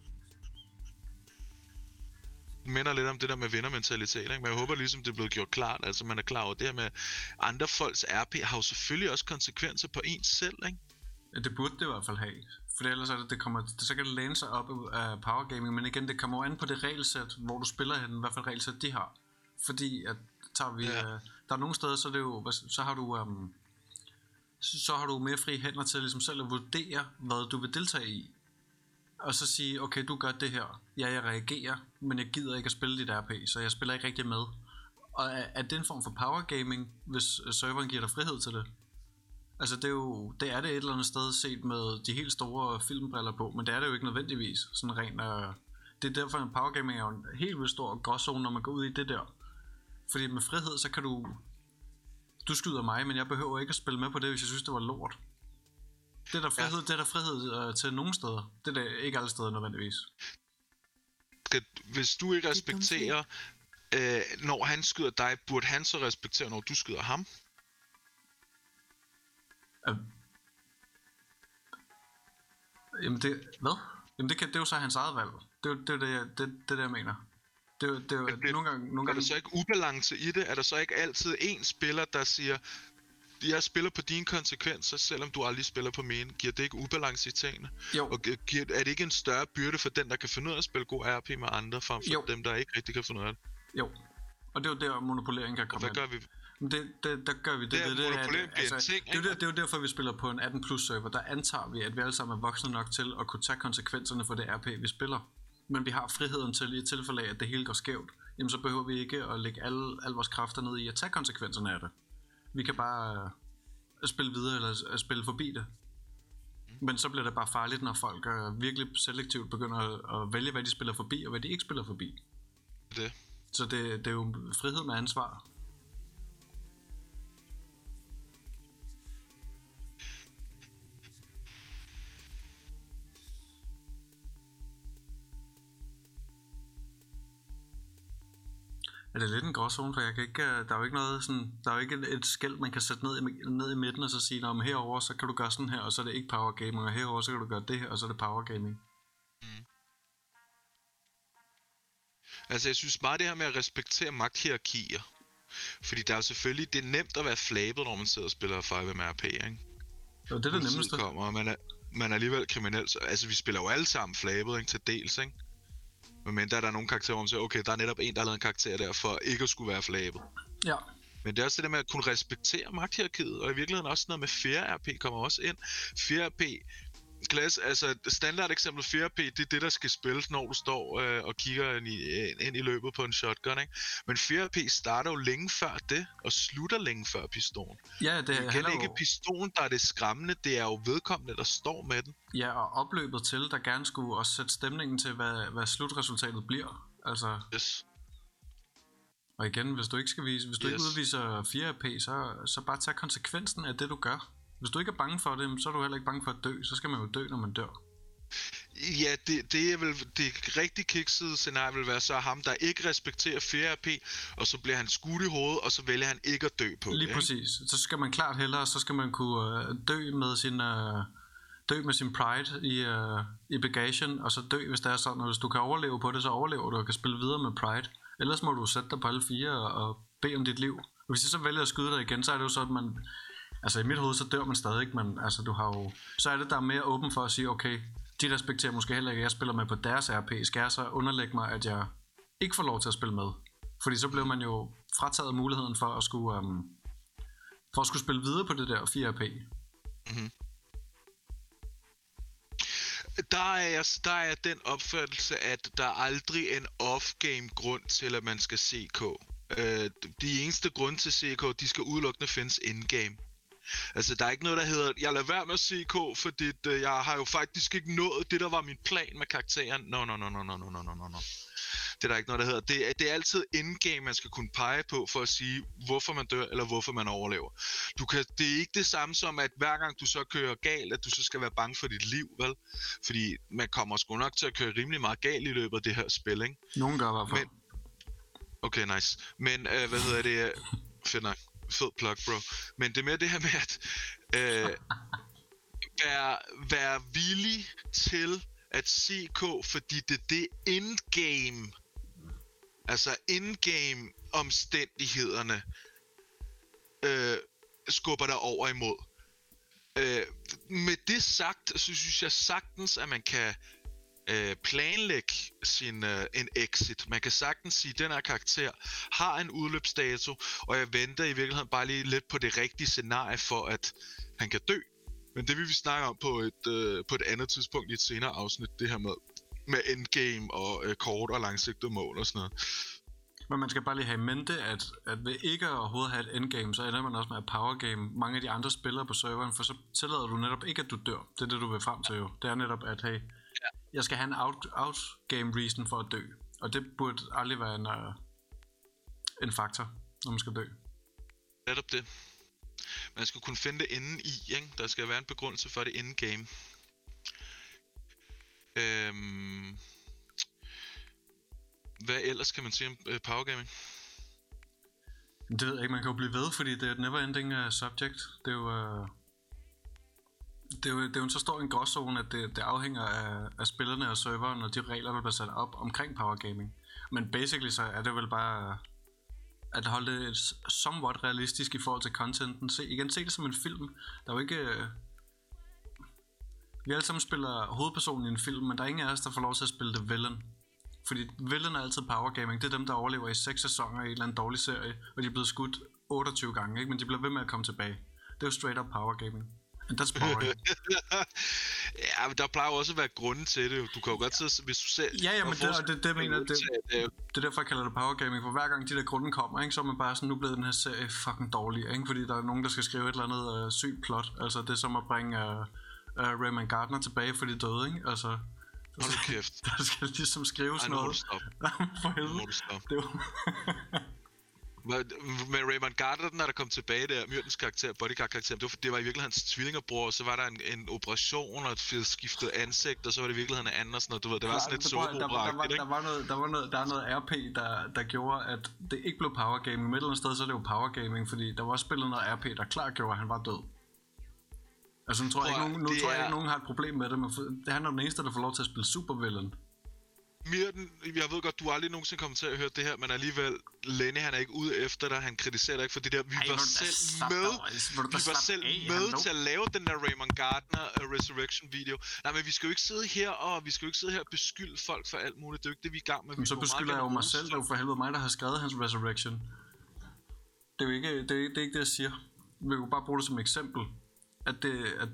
S1: Det minder lidt om det der med vindermentalitet, ikke? Men jeg håber ligesom, det er blevet gjort klart. Altså man er klar over det her med, andre folks R P har jo selvfølgelig også konsekvenser på ens selv, ikke?
S2: Ja, det burde det i hvert fald have. For ellers er det, det kommer, det, så kan det læne sig op af power gaming, men igen, det kommer jo an på det regelsæt, hvor du spiller hen, i hvert fald regelsæt de har. Fordi at tager vi, ja. uh, der er nogle steder, så er det jo, så har du, um, så, så har du mere fri hænder til ligesom selv at vurdere, hvad du vil deltage i. Og så sige, okay, du gør det her. Ja, jeg reagerer, men jeg gider ikke at spille dit R P, så jeg spiller ikke rigtig med. Og er, er det en form for power gaming, hvis serveren giver dig frihed til det? Altså det er jo, det er det et eller andet sted set med de helt store filmbriller på, men det er det jo ikke nødvendigvis. Sådan rent, uh, det er derfor, en power gaming er jo en helt vildt stor gråzone, når man går ud i det der. Fordi med frihed, så kan du, du skyder mig, men jeg behøver ikke at spille med på det, hvis jeg synes, det var lort. Det er der frihed, ja. det er der frihed uh, til nogle steder. Det er der ikke alle steder nødvendigvis.
S1: Hvis du ikke respekterer, øh, når han skyder dig, burde han så respektere, når du skyder ham?
S2: Uh, jamen det, hvad? Jamen det, kan, det er jo så hans eget valg. Det er jo det, det, det, det, det, det jeg mener. Det er, det er, det, nogle gange, nogle
S1: er
S2: gange...
S1: der så ikke ubalance i det? Er der så ikke altid en spiller, der siger, jeg spiller på dine konsekvenser, selvom du aldrig spiller på mine? Giver det ikke ubalance i tingene?
S2: Jo.
S1: Og giver, er det ikke en større byrde for den, der kan finde ud af at spille god R P med andre, frem for jo. dem, der ikke rigtig kan finde ud af det?
S2: Jo. Og det er jo der, monopolering kan komme.
S1: Og hvad gør vi?
S2: Det, det, der gør vi det.
S1: Det er,
S2: det, det,
S1: monopolering
S2: det, altså,
S1: ting,
S2: det, er det, det er jo derfor, vi spiller på en atten plus server. Der antager vi, at vi alle sammen er voksne nok til at kunne tage konsekvenserne for det R P, vi spiller. Men vi har friheden til, i tilfælde af, at det hele går skævt, jamen så behøver vi ikke at lægge alle, alle vores kræfter ned i at tage konsekvenserne af det. Vi kan bare uh, spille videre eller uh, spille forbi det. Men så bliver det bare farligt, når folk uh, virkelig selektivt begynder at, at vælge, hvad de spiller forbi og hvad de ikke spiller forbi.
S1: Det.
S2: Så det, det er jo frihed med ansvar. Er det lidt en gråzone, for jeg kan ikke, der er jo ikke noget sådan, der er jo ikke et, et skæld, man kan sætte ned i, ned i midten og så sige, om herover så kan du gøre sådan her, og så er det ikke power gaming, og herover så kan du gøre det her, og så er det power gaming.
S1: Mm. Altså jeg synes bare det her med at respektere magthierarkier, fordi der er jo selvfølgelig, det er nemt at være flabet, når man sidder og spiller fem M R P, ikke?
S2: Ja, det er det nemmeste.
S1: Kommer, og man er, man er alligevel kriminel, så, altså vi spiller jo alle sammen flabet, ikke, til dels, ikke? Men der er der nogle karakterer, hvor man siger, okay, der er netop en, der har lavet en karakter der, for ikke at skulle være flabet.
S2: Ja.
S1: Men det er også det der med at kunne respektere magthierarkiet, og i virkeligheden også noget med fire R P kommer også ind. fire R P, klasse, altså standard eksempel fire R P, det er det, der skal spilles, når du står øh, og kigger ind i, ind i løbet på en shotgun, ikke? Men fire R P starter jo længe før det, og slutter længe før pistolen.
S2: Ja, det er
S1: heller ikke pistolen, der er det skræmmende, det er jo vedkommende, der står med den.
S2: Ja, og opløbet til, der gerne skulle også sætte stemningen til, hvad, hvad slutresultatet bliver. Altså...
S1: Yes.
S2: Og igen, hvis du ikke skal vise, hvis du yes. ikke udviser fire R P, så, så bare tag konsekvensen af det, du gør. Hvis du ikke er bange for det, så er du heller ikke bange for at dø. Så skal man jo dø, når man dør.
S1: Ja, det, det er vel det rigtig kiksede scenarie vil være så ham, der ikke respekterer fire R P, og så bliver han skudt i hovedet, og så vælger han ikke at dø på
S2: Lige
S1: det.
S2: præcis. Så skal man klart hellere, så skal man kunne dø med sin uh, dø med sin pride i, uh, i bagagen, og så dø, hvis det er sådan, og hvis du kan overleve på det, så overlever du og kan spille videre med pride. Ellers må du sætte dig på alle fire og, og bede om dit liv. Og hvis jeg så vælger at skyde dig igen, så er det jo sådan, at man... Altså i mit hoved, så dør man stadig, men altså du har jo... Så er det, der er mere åben for at sige, okay, de respekterer måske heller ikke, at jeg spiller med på deres R P. Skal jeg så underlægge mig, at jeg ikke får lov til at spille med? Fordi så bliver man jo frataget muligheden for at skulle, um, for at skulle spille videre på det der fire R P.
S1: Mm-hmm. Der er, jeg, der er den opfattelse, at der er aldrig en off-game grund til, at man skal C K. Øh, de eneste grund til C K, de skal udelukkende findes in-game. Altså, der er ikke noget, der hedder, jeg lader være med at C K, fordi det, jeg har jo faktisk ikke nået det, der var min plan med karakteren. No, no, no, no, no, no, no, no, no. Det er der ikke noget, der hedder. Det er, det er altid endgame, man skal kunne pege på, for at sige, hvorfor man dør, eller hvorfor man overlever. Du kan, det er ikke det samme som, at hver gang du så kører galt, at du så skal være bange for dit liv, vel? Fordi man kommer sgu nok til at køre rimelig meget galt i løbet af det her spil, ikke?
S2: Nogen gør i hvert fald.
S1: Men, okay, nice. Men, øh, hvad hedder det? Fedt nok. Fed plug, bro. Men det er mere det her med, at øh, være, være villig til at C K, fordi det er det endgame, altså endgame omstændighederne, øh, skubber der over imod. Øh, med det sagt, så synes jeg sagtens, at man kan øh, planlægge sin, øh, en exit. Man kan sagtens sige, at den her karakter har en udløbsdato, og jeg venter i virkeligheden bare lige lidt på det rigtige scenarie for, at han kan dø. Men det vil vi snakke om på et, øh, på et andet tidspunkt i et senere afsnit, det her med, med endgame og øh, kort og langsigtede mål og sådan noget.
S2: Men man skal bare lige have i mente, at, at ved ikke at overhovedet have et endgame, så ender man også med at powergame mange af de andre spillere på serveren, for så tillader du netop ikke, at du dør. Det er det, du vil frem til jo. Det er netop, at hey, jeg skal have en out, outgame reason for at dø. Og det burde aldrig være en, uh, en faktor, når man skal dø.
S1: Netop det. Man skal kunne finde det inde i, ikke? Der skal være en begrundelse for det endgame. Øhm... Hvad ellers kan man sige om uh, powergaming?
S2: Det ved jeg ikke, man kan jo blive ved, fordi det er et never-ending uh, subject. Det er jo... Uh... Det er, jo, det er jo en så stor en gråzone, at det, det afhænger af, af spillerne og serveren og de regler, der bliver sat op omkring powergaming. Men basically så er det vel bare at holde det somewhat realistisk i forhold til contenten. Se, igen, se det som en film. Der er jo ikke... Vi alle sammen spiller hovedpersonen i en film, men der er ingen af os, der får lov til at spille det villain. Fordi villain er altid powergaming. Det er dem, der overlever i seks sæsoner i en eller anden dårlig serie, og de er blevet skudt otteogtyve gange, ikke? Men de bliver ved med at komme tilbage. Det er jo straight up powergaming. And that's boring.
S1: Ja, men der plejer jo også at være grunden til det. Du kan jo godt sidde, hvis du selv...
S2: Ja, ja, men det, det, det, det mener det, det, det er derfor, jeg kalder det powergaming. For hver gang de der grunde kommer, ikke, så er man bare sådan, nu blevet den her serie fucking dårlig, ikke? Fordi der er nogen, der skal skrive et eller andet uh, sygt plot. Altså, det er som at bringe uh, uh, Raymond Gardner tilbage for de døde, ikke? Altså...
S1: Hold nu kæft.
S2: Der skal ligesom skrives
S1: Ej,
S2: noget.
S1: For helvede. Nu må du stoppe. Det var... Med Raymond Gardner, der kom tilbage der, Myrtens karakter, bodyguard-karakter, det var, det var i virkeligheden hans tvillingerbror, og så var der en, en operation, og et skiftet ansigt, og så var det i virkeligheden en anden og sådan noget, du ved, det var ja, sådan lidt soveopera-agtigt, ikke?
S2: Der var noget, der var noget, der er noget R P, der, der gjorde, at det ikke blev powergaming, men et eller andet sted, så er det jo powergaming, fordi der var også spillet noget R P, der klart gjorde, at han var død. Altså, nu tror, jeg ikke, nogen, nu tror jeg ikke, nogen har et problem med det, men det han er den eneste, der får lov til at spille supervillain.
S1: Myrten, jeg ved godt, du aldrig nogensinde kommer til at høre det her, men alligevel, Lenny, han er ikke ude efter dig, han kritiserer dig ikke for det der. Vi Ej, var selv med, vi var selv af, med til at lave den der Raymond Gardner uh, Resurrection video. Nej, men vi skal jo ikke sidde her, og vi skal jo ikke sidde her og beskylde folk for alt muligt. Det er jo ikke det, vi er i gang med.
S2: Men så beskylder jeg jo mig selv, det er jo for helvede mig, der har skrevet hans Resurrection. Det er jo ikke det, er, det, er ikke det, jeg siger. Vi kan jo bare bruge det som eksempel. At det, at,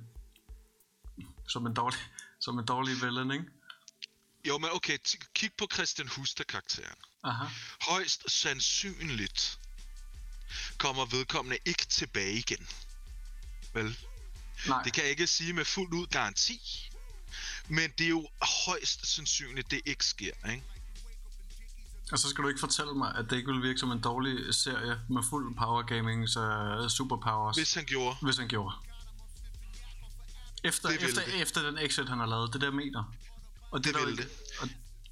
S2: som en dårlig, som en dårlig villain, ikke?
S1: Jo, men okay, t- kig på Christian Huster-karakteren.
S2: Aha.
S1: Højst sandsynligt kommer vedkommende ikke tilbage igen. Vel?
S2: Nej.
S1: Det kan jeg ikke sige med fuldt ud garanti. Men det er jo højst sandsynligt, det ikke sker, ikke?
S2: Og så skal du ikke fortælle mig, at det ikke vil virke som en dårlig serie med fuld powergaming, så superpowers.
S1: Hvis han gjorde.
S2: Hvis han gjorde. Efter, efter, efter den exit, han har lavet, det der mener. Og det,
S1: det
S2: der
S1: vil det. Og...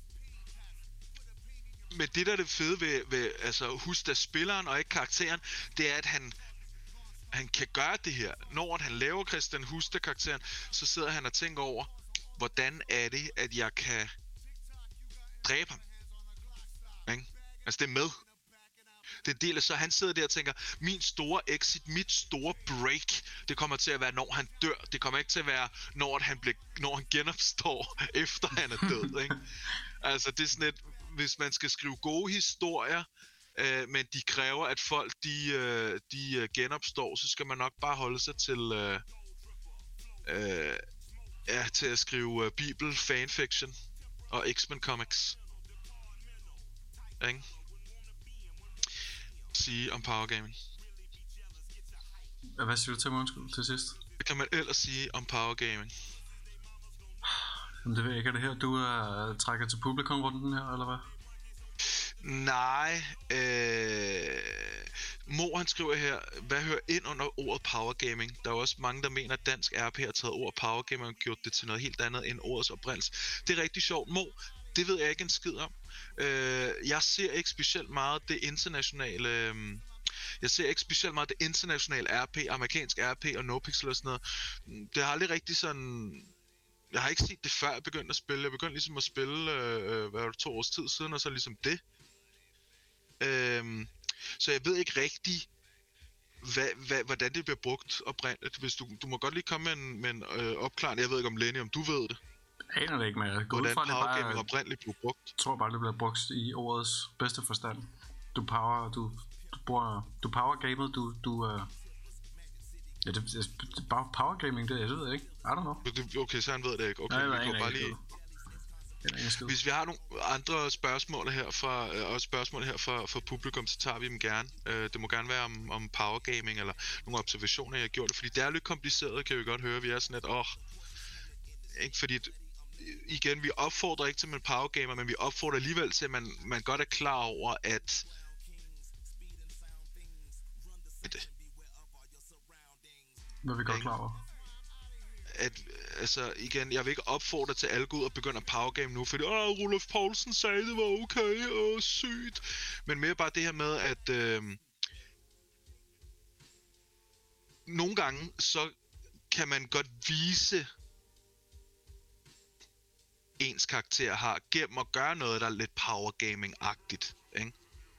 S1: Men det der er det fede ved, ved altså, husk at spilleren og ikke karakteren, det er at han han kan gøre det her. Når han laver Christian Huster karakteren, så sidder han og tænker over, hvordan er det, at jeg kan dræbe ham. Ikke? Altså det er med. Det er en del af så han sidder der og tænker, min store exit, mit store break, det kommer til at være, når han dør. Det kommer ikke til at være, når han, bliver, når han genopstår, efter han er død. Ikke? Altså det er sådan et, hvis man skal skrive gode historier, øh, men de kræver, at folk de, øh, de øh, genopstår, så skal man nok bare holde sig til, øh, øh, ja, til at skrive øh, Bibel, fanfiction og X-Men comics. Ikke? Sige om powergaming.
S2: Hvad siger du til mig, undskyld, til sidst?
S1: Hvad kan man ellers sige om power gaming?
S2: Jamen det ved jeg ikke, er det her, du er uh, trækker til publikum-runden her, eller hvad?
S1: Nej, øh... Mor han skriver her, hvad hører ind under ordet power gaming? Der er også mange, der mener, at dansk R P har taget ordet power gaming og gjort det til noget helt andet end ordets oprindelse. Det er rigtig sjovt. Mor, det ved jeg ikke en skid om. Øh, jeg ser ikke specielt meget det internationale... Øh, jeg ser ikke specielt meget det internationale R P, amerikansk R P og NoPixel og sådan noget. Det har aldrig rigtig sådan... Jeg har ikke set det før jeg begyndte at spille. Jeg begyndte ligesom at spille, øh, hvad var det, to års tid siden, og så ligesom det. Øhm, så jeg ved ikke rigtig, hvad, hvad, hvordan det bliver brugt oprindeligt. Hvis du, du må godt lige komme med en, med en øh, opklaring. Jeg ved ikke om Lenny, om du ved det.
S2: Jeg aner det ikke, men jeg går ud
S1: Hvordan
S2: fra, det
S1: power gaming
S2: bare...
S1: oprindeligt blev brugt.
S2: Jeg tror bare, det bliver brugt i ordets bedste forstand. Du power, du, du bruger, du power gamet, du, du, uh... ja, det, det, det, bare power gaming, det, jeg ved jeg ikke. I don't know.
S1: Okay, så han ved det ikke. Okay,
S2: Nej,
S1: vi kan bare lige... Hvis vi har nogle andre spørgsmål her fra, øh, også spørgsmål her fra, fra publikum, så tager vi dem gerne. Øh, det må gerne være om, om power gaming eller nogle observationer, jeg har gjort det, fordi det er lidt kompliceret, kan vi godt høre. Vi er sådan lidt, åh, ikke fordi, igen, vi opfordrer ikke til, at man power gamer, men vi opfordrer alligevel til, at man, man godt er klar over, at det.
S2: Hvad er vi godt klar over?
S1: At, altså igen, jeg vil ikke opfordre til at alle gå ud og begynde at powergame nu, fordi åh, Rolof Poulsen sagde, det var okay, åh, sygt. Men mere bare det her med, at øh, nogle gange, så kan man godt vise ens karakter har gennem at gøre noget, der er lidt powergaming-agtigt, ikke?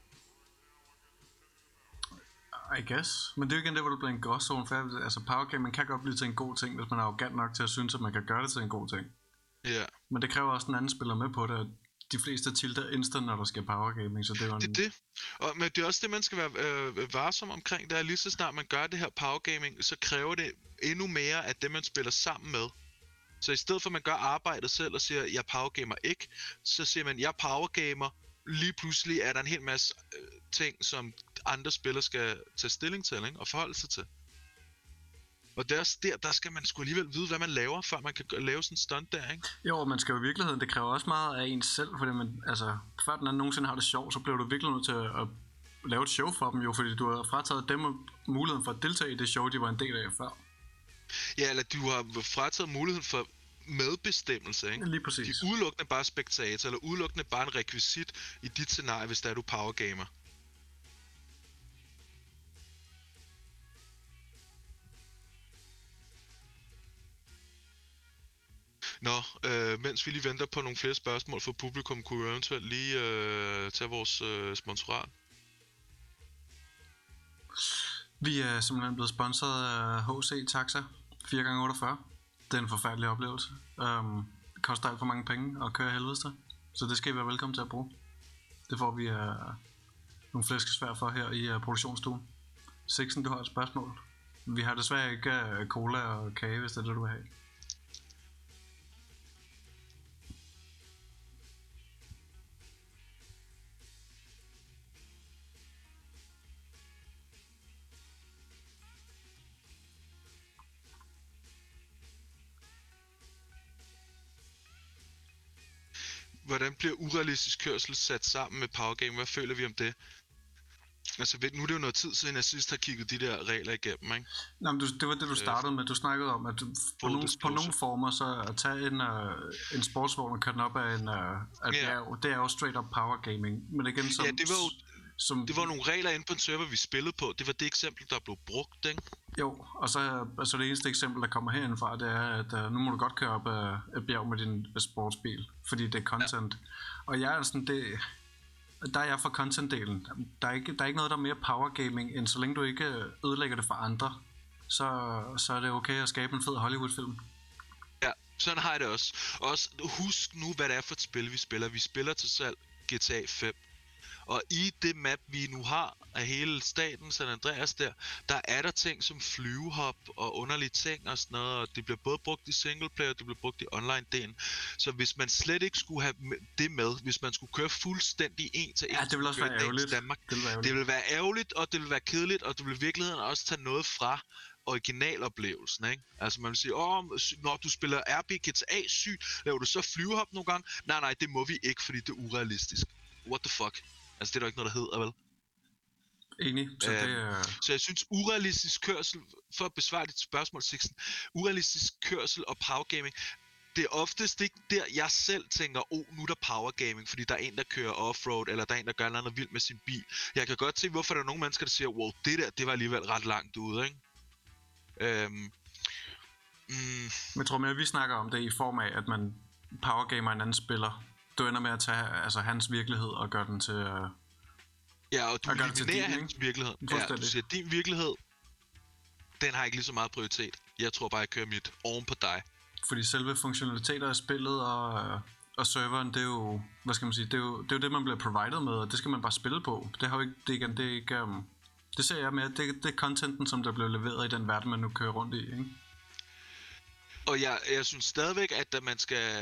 S2: I guess. Men det er jo igen det, hvor det bliver en gråzone, for altså powergaming kan godt blive til en god ting, hvis man er arrogant nok til at synes, at man kan gøre det til en god ting.
S1: Ja. Yeah.
S2: Men det kræver også en anden spiller med på det, de fleste tilter instant, når der skal powergaming, så det er jo en...
S1: Det er det. Og, men det er også det, man skal være øh, varsom omkring, det er lige så snart man gør det her powergaming, så kræver det endnu mere af det, man spiller sammen med. Så i stedet for at man gør arbejdet selv og siger, jeg powergamer ikke, så siger man, jeg powergamer, lige pludselig er der en hel masse øh, ting, som andre spillere skal tage stilling til, ikke? Og forholde sig til. Og der, der, der skal man sgu alligevel vide, hvad man laver, før man kan lave sådan en stunt der, ikke?
S2: Jo, man skal jo i virkeligheden, det kræver også meget af ens selv, fordi man, altså, før den anden nogensinde har det sjovt, så bliver du virkelig nødt til at, at lave et show for dem jo, fordi du har frataget dem muligheden for at deltage i det show, de var en del af før.
S1: Ja, eller du har frataget muligheden for medbestemmelse, ikke?
S2: Lige præcis.
S1: De er udelukkende bare spektator, eller udelukkende bare en rekvisit i dit scenarie, hvis der er du powergamer. Nå, øh, mens vi lige venter på nogle flere spørgsmål fra publikum, kunne vi eventuelt lige øh, tage vores øh, sponsorat.
S2: Vi er simpelthen blevet sponsoret af H C Taxa fire gange otteogfyrre. Det er en forfærdelig oplevelse. Um, det koster alt for mange penge at køre helvedes der. Så det skal I være velkommen til at bruge. Det får vi uh, nogle flæskesvær for her i uh, produktionsstuen. Sixten, du har et spørgsmål. Vi har desværre ikke uh, cola og kage, hvis det er det, du vil have.
S1: Hvordan bliver urealistisk kørsel sat sammen med powergame? Hvad føler vi om det? Altså, nu er det jo noget tid siden, jeg sidst har kigget de der regler igennem, ikke?
S2: Nå, men du, det var det, du startede med. Du snakkede om, at på, nogle, på nogle former, så at tage en, uh, en sportsvogn og køre den op af en uh, af
S1: ja.
S2: bjerg, det er jo straight up power gaming. Men igen, som,
S1: ja, det var jo
S2: som,
S1: det var nogle regler inde på en server, vi spillede på. Det var det eksempel, der blev brugt, ikke?
S2: Jo, og så altså det eneste eksempel, der kommer herindfra, det er, at uh, nu må du godt køre op af et bjerg med din uh, sportsbil, fordi det er content. Ja. Og jeg er sådan, det... Der er jeg for content-delen. Der er, ikke, der er ikke noget, der er mere power gaming, end så længe du ikke ødelægger det for andre, så, så er det okay at skabe en fed Hollywood-film.
S1: Ja, sådan har jeg det også. Også husk nu, hvad det er for et spil, vi spiller. Vi spiller til salg G T A fem. Og i det map, vi nu har af hele staten, San Andreas der, der er der ting som flyvehop og underlige ting og sådan noget, og det bliver både brugt i singleplayer, og det bliver brugt i online-delen. Så hvis man slet ikke skulle have det med, hvis man skulle køre fuldstændig en til en,
S2: ja, det vil også være ærgerligt.
S1: Danmark,
S2: det, vil være
S1: det vil være ærgerligt, og det vil være kedeligt, og det vil i virkeligheden også tage noget fra originaloplevelsen, ikke? Altså man vil sige, åh, når du spiller R P G T A sygt, laver du så flyvehop nogle gange? Nej, nej, det må vi ikke, fordi det er urealistisk. What the fuck? Altså det er der ikke noget, der hedder, vel?
S2: Enig, så
S1: øhm,
S2: det er...
S1: Så jeg synes, urealistisk kørsel, for at besvare dit spørgsmål, Sixten, urealistisk kørsel og powergaming, det er oftest ikke der, jeg selv tænker, oh, nu er der powergaming, fordi der er en, der kører offroad, eller der er en, der gør noget vildt med sin bil. Jeg kan godt se, hvorfor der er nogle mennesker, der siger, wow, det der, det var alligevel ret langt ude, ikke? Øhm, mm.
S2: Men jeg tror mere, vi snakker om det i form af, at man powergamer en anden spiller. Du ender med at tage altså, hans virkelighed og gøre den til... Uh...
S1: Ja, og du eliminerer hans virkelighed. Ja, du siger, din virkelighed, den har ikke lige så meget prioritet. Jeg tror bare, jeg kører mit oven på dig.
S2: Fordi selve funktionaliteter af spillet og, og serveren, det er jo, hvad skal man sige, det er jo det, er jo det man bliver provided med, og det skal man bare spille på. Det har jo ikke, det igen, det er ikke, um, det ser jeg med, det, det er contenten, som der bliver leveret i den verden, man nu kører rundt i, ikke?
S1: Og jeg, jeg synes stadigvæk, at man skal...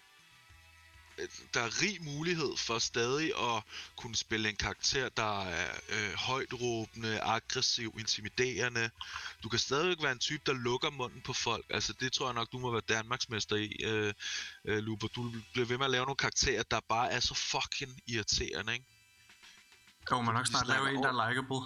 S1: Der er rig mulighed for stadig at kunne spille en karakter, der er øh, højtråbende, aggressiv, intimiderende. Du kan stadigvæk være en type, der lukker munden på folk. Altså det tror jeg nok, du må være Danmarksmester i, øh, øh, Luber. Du bliver ved med at lave nogle karakterer, der bare er så fucking irriterende, ikke?
S2: Jo, man nok snart lave en, der er likeable.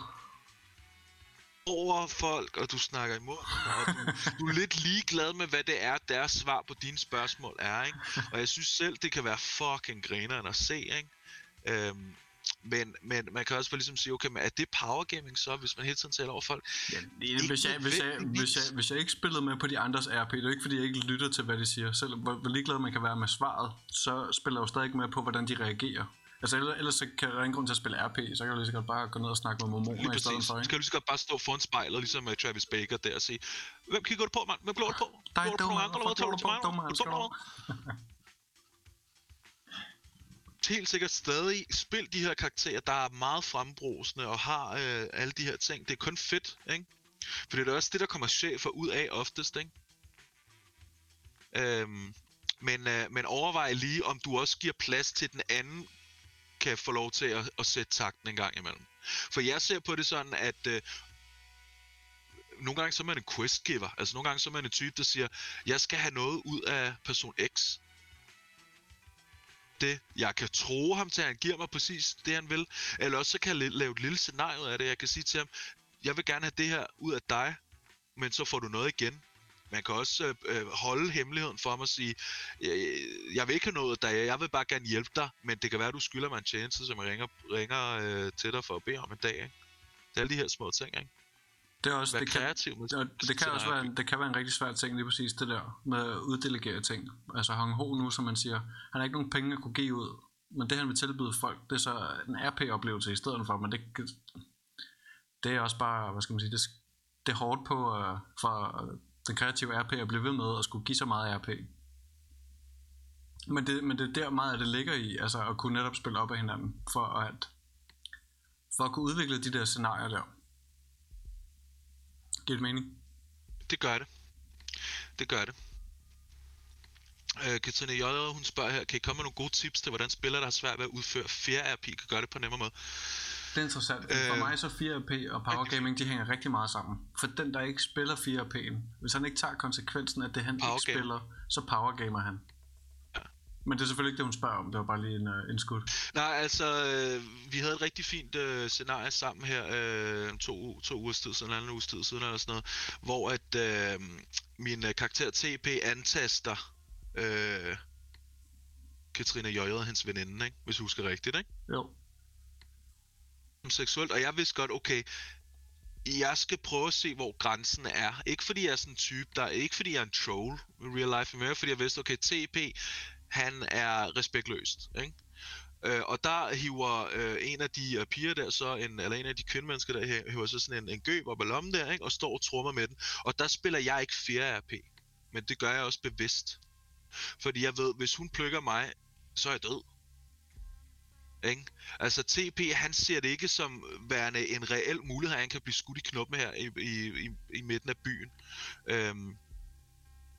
S1: Over folk, og du snakker imod og du, du er lidt ligeglad med, hvad det er, deres svar på dine spørgsmål er, ikke? Og jeg synes selv, det kan være fucking grineren at se, ikke? Øhm, men, men man kan også bare ligesom sige, okay, men er det powergaming så, hvis man hele tiden taler over folk?
S2: Ja, det, hvis, jeg, hvis, jeg, hvis, jeg, hvis jeg ikke spillede med på de andres R P, det er ikke fordi, jeg ikke lytter til, hvad de siger. Selv hvor, hvor ligeglad man kan være med svaret, så spiller jeg jo stadig med på, hvordan de reagerer. Altså ellers så kan der ingen grund til at spille R P, så kan du lige så godt bare gå ned og snakke med mormoner i stedet for, ikke?
S1: Så kan du lige så godt bare stå foran spejlet, ligesom med Travis Baker der og sige, hvem kigger du på, mand? Hvem glår du på?
S2: Dig,
S1: glår du på nogle andre, eller hvad? Taler du til mig? Helt sikkert stadig spil de her karakterer, der er meget frembrusende og har øh, alle de her ting. Det er kun fedt, ikke? For det er også det, der kommer chefer ud af oftest, ikke? Øhm, men, øh, men overvej lige, om du også giver plads til den anden, kan få lov til at, at sætte takten en gang imellem. For jeg ser på det sådan, at øh, nogle gange så er man en questgiver. Altså nogle gange så er man en type, der siger, jeg skal have noget ud af person X. Det, jeg kan tro ham til, at han giver mig præcis det, han vil. Eller også så kan jeg lave et lille scenarie af det. Jeg kan sige til ham, jeg vil gerne have det her ud af dig, men så får du noget igen. Man kan også øh, holde hemmeligheden for mig og sige, jeg, jeg vil ikke have noget af dig, jeg vil bare gerne hjælpe dig, men det kan være, at du skylder mig en tjeneste, som jeg ringer, ringer øh, til dig for at bede om en dag, ikke? Det er alle de her små ting, ikke?
S2: Det er også,
S1: Vær
S2: det
S1: kreativ.
S2: Kan, det, det, kan også være, en, det kan være en rigtig svær ting, lige præcis det der, med at uddelegere ting. Altså Hong Ho nu, som man siger, han har ikke nogen penge at kunne give ud, men det han vil tilbyde folk, det er så en R P-oplevelse i stedet for, men det, det er også bare, hvad skal man sige, det, det er hårdt på uh, for uh, den kreative R P at blive ved med at skulle give så meget R P. Men det, men det er der meget af det ligger i, altså at kunne netop spille op af hinanden, for at, for at kunne udvikle de der scenarier der. Giver det mening?
S1: Det gør det. Det gør det. Øh, Katrine J. hun spørger her, kan I komme med nogle gode tips til, hvordan spillere, der har svært ved at udføre fire R P, kan gøre det på nemmere måde?
S2: Det er interessant. Øh, for mig så fire R P og powergaming, de hænger rigtig meget sammen. For den, der ikke spiller fire R P'en, hvis han ikke tager konsekvensen af det, han power ikke game. spiller, så powergamer han. Ja. Men det er selvfølgelig ikke det, hun spørger om. Det var bare lige en, uh, en skud. Nej,
S1: altså, øh, vi havde et rigtig fint øh, scenarie sammen her, øh, to, to uger tid siden, eller en uges tid siden, eller sådan noget, hvor at øh, min øh, karakter T P antaster øh, Katrine J. og hendes veninde, ikke? Hvis du husker rigtigt, ikke?
S2: Jo.
S1: Seksuelt, og jeg vidste godt, okay, jeg skal prøve at se, hvor grænsen er. Ikke fordi jeg er sådan en type, der ikke fordi jeg er en troll i real life, men mere fordi jeg vidste, okay, T P, han er respektløst, ikke? Øh, og der hiver øh, en af de uh, piger der så, en, eller en af de kvindemennesker der, hiver så sådan en, en gøb op ad lommen der, ikke? Og står og trummer med den. Og der spiller jeg ikke fire R P, men det gør jeg også bevidst. Fordi jeg ved, hvis hun plukker mig, så er jeg død. Ikke? Altså T P, han ser det ikke som værende en reel mulighed, at han kan blive skudt i knoppen her i, i, i, i midten af byen. Øhm,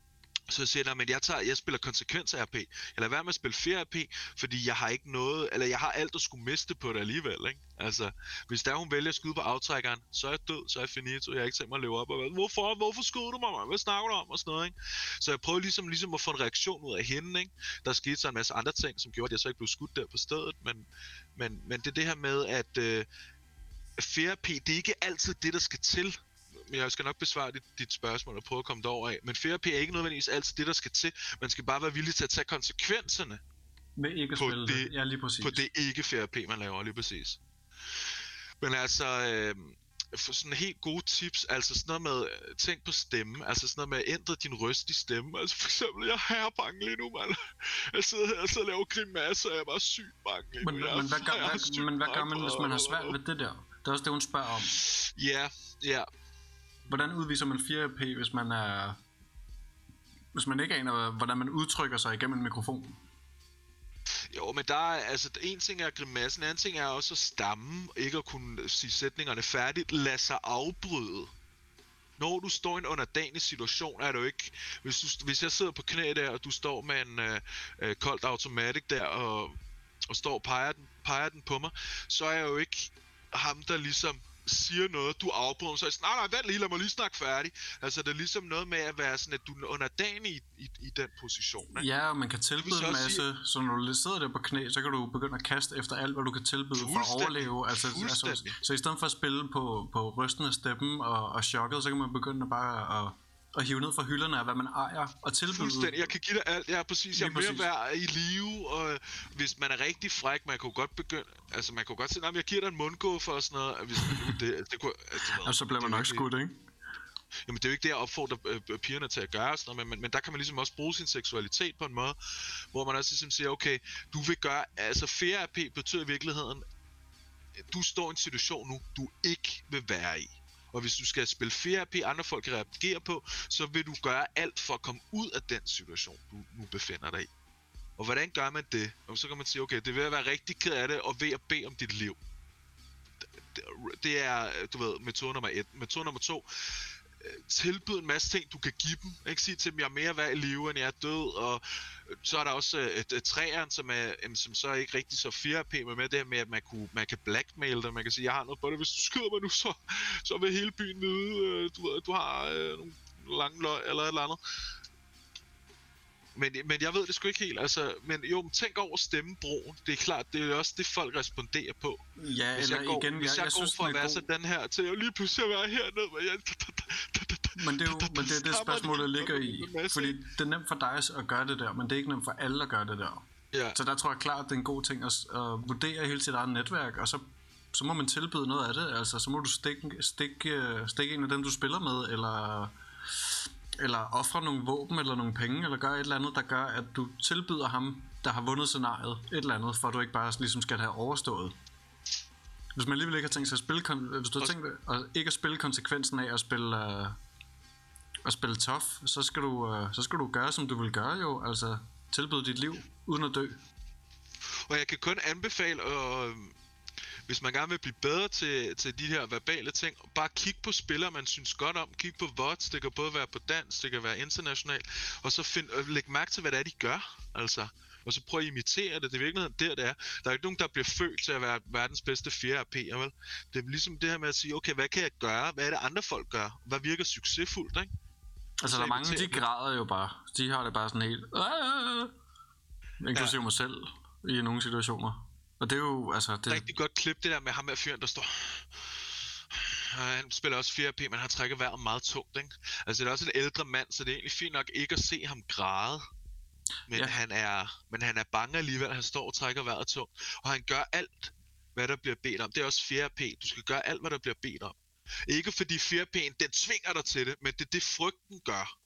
S1: Så siger jeg, men jeg, tager, jeg spiller konsekvens-R P. Jeg lader være med at spille flere R P, fordi jeg har ikke noget, eller jeg har alt at skulle miste på det alligevel, ikke? Altså, hvis der hun vælger at skyde på aftrækkeren, så er jeg død, så er jeg finito, jeg har ikke tænkt mig at leve op og hvorfor, hvorfor skød du mig, man? Hvad snakker du om, og sådan noget, ikke? Så jeg prøvede ligesom, ligesom at få en reaktion ud af hende, ikke? Der skete så en masse andre ting, som gjorde, at jeg så ikke blev skudt der på stedet, men, men, men det er det her med, at øh, flere R P, det er ikke altid det, der skal til. Men jeg skal nok besvare dit, dit spørgsmål og prøve at komme derover af. Men flere P er ikke nødvendigvis altid det, der skal til. Man skal bare være villig til at tage konsekvenserne
S2: med ikke at
S1: på
S2: spille
S1: det,
S2: ja, lige præcis.
S1: på det ikke flere P, man laver, lige præcis. Men altså, øh, for sådan helt gode tips, altså sådan noget med, tænk på stemme, altså sådan noget med at ændre din røst i stemme. Altså for eksempel, jeg er bange lige nu, mand. Jeg sidder her og så laver grimasser, og jeg er bare sygt bange lige nu.
S2: Men, men, hvad, gør, hvad, men hvad gør man, hvis man har svært ved det der? Det er også det, hun spørger om.
S1: Ja, ja.
S2: Hvordan udviser man fire P, hvis man er... Hvis man ikke aner, hvordan man udtrykker sig igennem en mikrofon?
S1: Jo, men der er, altså, en ting er grimassen, en anden ting er også at stamme, ikke at kunne sige sætningerne færdigt, lade sig afbryde. Når du står i en underdanig situation, er du ikke... Hvis, du, hvis jeg sidder på knæ der, og du står med en øh, øh, Colt Automatic der, og, og står og peger den, peger den på mig, så er jeg jo ikke ham, der ligesom siger noget, du afbryder, så er jeg sådan, nej, nej, vent lige, lad mig lige snakke færdig. Altså, det er ligesom noget med at være sådan, at du er underdanig i, i, i den position, ikke?
S2: Ja, og man kan tilbyde en masse, sige... så når du sidder der på knæ, så kan du begynde at kaste efter alt, hvad du kan tilbyde for at overleve. Altså, altså, så i stedet for at spille på, på rysten af steppen og, og chokket, så kan man begynde at bare at, at hive ned fra hylderne af, hvad man ejer og tilbyde.
S1: Fuldstændig, jeg kan give dig alt, ja, præcis, jeg er mere værd i live, og hvis man er rigtig fræk, man kunne godt begynde, altså man kunne godt sige, nej, jeg giver dig en mundgå for sådan noget, hvis man, det, det kunne, altså,
S2: og så bliver man nok skudt, ikke?
S1: Jamen det er jo ikke det, jeg opfordrer øh, pigerne til at gøre, sådan noget, men, men der kan man ligesom også bruge sin seksualitet på en måde, hvor man også ligesom siger, okay, du vil gøre, altså fair R P betyder i virkeligheden, du står i en situation nu, du ikke vil være i. Og hvis du skal spille fair R P, andre folk kan reagere på, så vil du gøre alt for at komme ud af den situation, du nu befinder dig i. Og hvordan gør man det? Og så kan man sige, okay, det vil at være rigtig ked af det, og ved at bede om dit liv. Det er, du ved, metode nummer et. Metode nummer to, tilbyde en masse ting, du kan give dem. Ikke sige til dem, jeg er mere værd i live, end jeg er død. Og så er der også et, et træeren, som, er, som så er ikke rigtig så fire P, men med det her med, at man, kunne, man kan blackmail det. Man kan sige, jeg har noget på det, hvis du skyder mig nu, så, så vil hele byen vide, du ved, du har øh, nogle lange løg, eller et eller andet. Men, men jeg ved det sgu ikke helt, altså, men jo, tænk over stemmebrugen. Det er klart, det er også det, folk responderer på.
S2: Ja,
S1: hvis
S2: eller
S1: jeg går,
S2: igen,
S1: hvis
S2: jeg,
S1: jeg,
S2: jeg
S1: går
S2: synes,
S1: fra at være
S2: god...
S1: sådan her, til at lige pludselig at være hernede, hvor jeg...
S2: Men det er jo men det, er det spørgsmål, der ligger i, fordi det er nemt for dig at gøre det der, men det er ikke nemt for alle at gøre det der.
S1: Ja.
S2: Så der tror jeg klart, det er en god ting at, at vurdere hele sit eget netværk, og så, så må man tilbyde noget af det, altså så må du stikke, stikke, stikke en af dem, du spiller med, eller... eller ofre nogle våben eller nogle penge, eller gøre et eller andet, der gør, at du tilbyder ham, der har vundet scenariet, et eller andet, for at du ikke bare ligesom skal have overstået. Hvis man alligevel ikke har tænkt sig at spille, hvis du har tænkt at ikke at spille konsekvensen af at spille, uh, at spille tough, så skal du, uh, så skal du gøre, som du vil gøre jo, altså tilbyde dit liv, uden at dø.
S1: Og jeg kan kun anbefale, øh, hvis man gerne vil blive bedre til, til de her verbale ting, bare kig på spillere, man synes godt om. Kig på V O Ds, det kan både være på dansk, det kan være internationalt. Og så find, øh, læg mærke til, hvad det er, de gør. Altså. Og så prøv at imitere det. Det er virkelig der, det er. Der er ikke nogen, der bliver født til at være verdens bedste fire R P'er, vel? Det er ligesom det her med at sige, okay, hvad kan jeg gøre? Hvad er det, andre folk gør? Hvad virker succesfuldt, ikke?
S2: Altså, der er mange, de græder jo bare. De har det bare sådan helt... Inklusive ja. Mig selv i nogle situationer. Og det er jo, altså... Det...
S1: Rigtig godt klip, det der med ham med fyren, der står... Han spiller også fire R P, men han trækker vejret meget tungt, ikke? Altså, det er også en ældre mand, så det er egentlig fint nok ikke at se ham græde. Men, ja. han er, men han er bange alligevel, han står og trækker vejret tungt. Og han gør alt, hvad der bliver bedt om. Det er også fire R P. Du skal gøre alt, hvad der bliver bedt om. Ikke fordi fire R P'en, den tvinger dig til det, men det er det, frygten gør.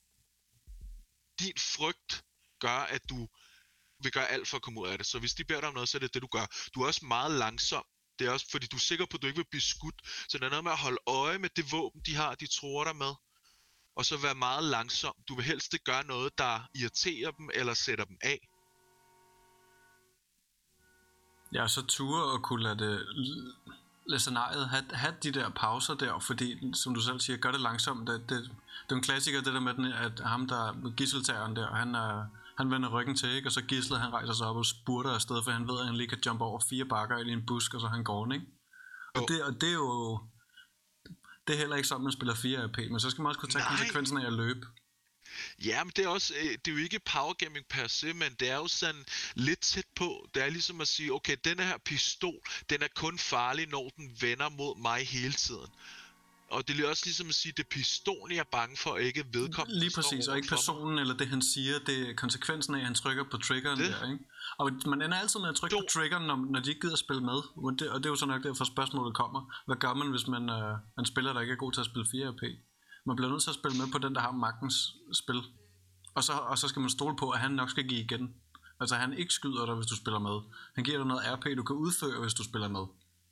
S1: Din frygt gør, at du vil gøre alt for at komme ud af det. Så hvis de beder dig om noget, så er det det, du gør. Du er også meget langsom. Det er også fordi, du er sikker på, at du ikke vil blive skudt. Så det er noget med at holde øje med det våben, de har, de tror dig med. Og så være meget langsom. Du vil helst ikke gøre noget, der irriterer dem eller sætter dem af.
S2: Ja, så ture og kunne lade det scenariet, have, have de der pauser der, fordi, som du selv siger, gør det langsomt. Det, det, det er en klassiker, det der med, den, at ham, der gisseltageren der, han, er, han vender ryggen til, ikke? Og så gislet, han rejser sig op og spurter afsted, for han ved, at han lige kan jumpe over fire bakker i en busk, og så han går, ikke? Og, det, og det er jo... Det er heller ikke sådan, man spiller fire R P, men så skal man også kunne tage Nej. konsekvensen af at løbe.
S1: Ja, men det er også, det er jo ikke powergaming per se, men det er jo sådan lidt tæt på. Det er ligesom at sige, okay, denne her pistol, den er kun farlig, når den vender mod mig hele tiden. Og det er også ligesom at sige, det er pistolen, jeg er bange for, ikke vedkommende.
S2: Lige præcis, og ikke personen eller det han siger, det er konsekvensen af, at han trykker på triggeren det. der, ikke? Og man ender altid med at trykke jo. på triggeren, når, når de ikke gider at spille med. Og det, og det er jo så nok derfor spørgsmålet kommer. Hvad gør man, hvis man øh, en spiller, der ikke er god til at spille fire R P? Man bliver nødt til at spille med på den, der har magtens spil. Og så, og så skal man stole på, at han nok skal give igen. Altså han ikke skyder dig, hvis du spiller med. Han giver dig noget R P, du kan udføre, hvis du spiller med.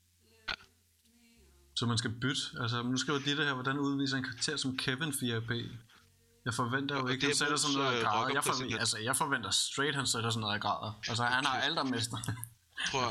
S2: Så man skal bytte. Altså nu skriver de det her, hvordan udviser en karakter som Kevin fire R P. Jeg forventer jo ikke, han sætter sådan noget af grader. Jeg, forventer, altså, jeg forventer straight, han sætter sådan noget af grader. Altså han har alt at mester.
S1: Prøv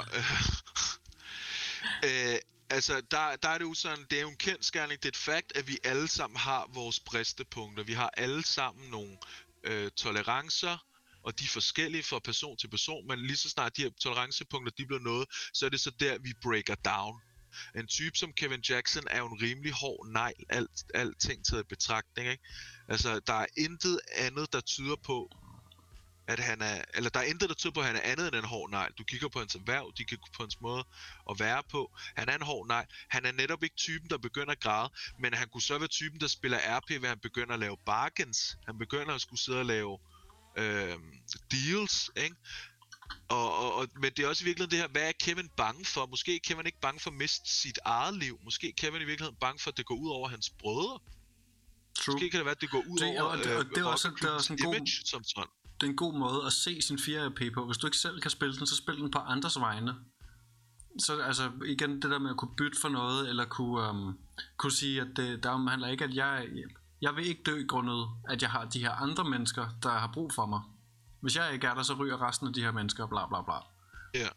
S1: øh, øh, altså der, der er det jo sådan, det er jo en kendskærning, det er et fakt, at vi alle sammen har vores bristepunkter. Vi har alle sammen nogle øh, tolerancer, og de er forskellige fra person til person, men lige så snart de her tolerancepunkter, de bliver nået, så er det så der, vi breaker down. En type som Kevin Jackson er jo en rimelig hård negl, alt, alting taget i betragtning, ikke? Altså, der er intet andet, der tyder på, at han er, eller der er intet, der tyder på, at han er andet end en hård negl. Du kigger på hans erhverv, de kigger på hans måde at være på. Han er en hård negl. Han er netop ikke typen, der begynder at græde, men han kunne så være typen, der spiller R P, hvor han begynder at lave bargains. Han begynder at skulle sidde og lave øh, deals, ikke? Og, og, og, men det er også i virkeligheden det her, hvad er Kevin bange for? Måske er Kevin ikke bange for at miste sit eget liv. Måske er Kevin i virkeligheden bange for, at det går ud over hans brødre. True. Måske kan det være, at det går ud
S2: det,
S1: over
S2: og det, og det, øh, også, det er også en
S1: image
S2: god,
S1: som sådan.
S2: Det er en god måde at se sin fire R P på. Hvis du ikke selv kan spille den, så spil den på andres vegne. Så altså igen, det der med at kunne bytte for noget, eller kunne, um, kunne sige, at det, der handler ikke, at jeg, jeg vil ikke dø grundet, at jeg har de her andre mennesker, der har brug for mig. Hvis jeg ikke er der, så ryger resten af de her mennesker, bla bla bla.
S1: Ja.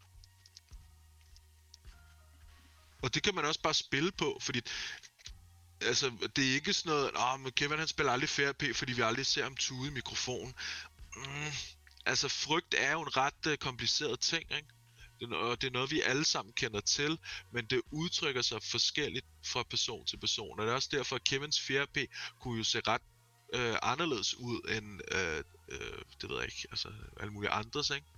S1: Og det kan man også bare spille på, fordi altså, det er ikke sådan noget, åh, men Kevin han spiller aldrig fair P, fordi vi aldrig ser ham tude i mikrofonen. Mm, altså, frygt er jo en ret uh, kompliceret ting, ikke? Det, og det er noget, vi alle sammen kender til, men det udtrykker sig forskelligt fra person til person. Og det er også derfor, at Kevins fire P kunne jo se ret øh, anderledes ud end, øh, øh, det ved jeg ikke, altså alle mulige andres, ikke?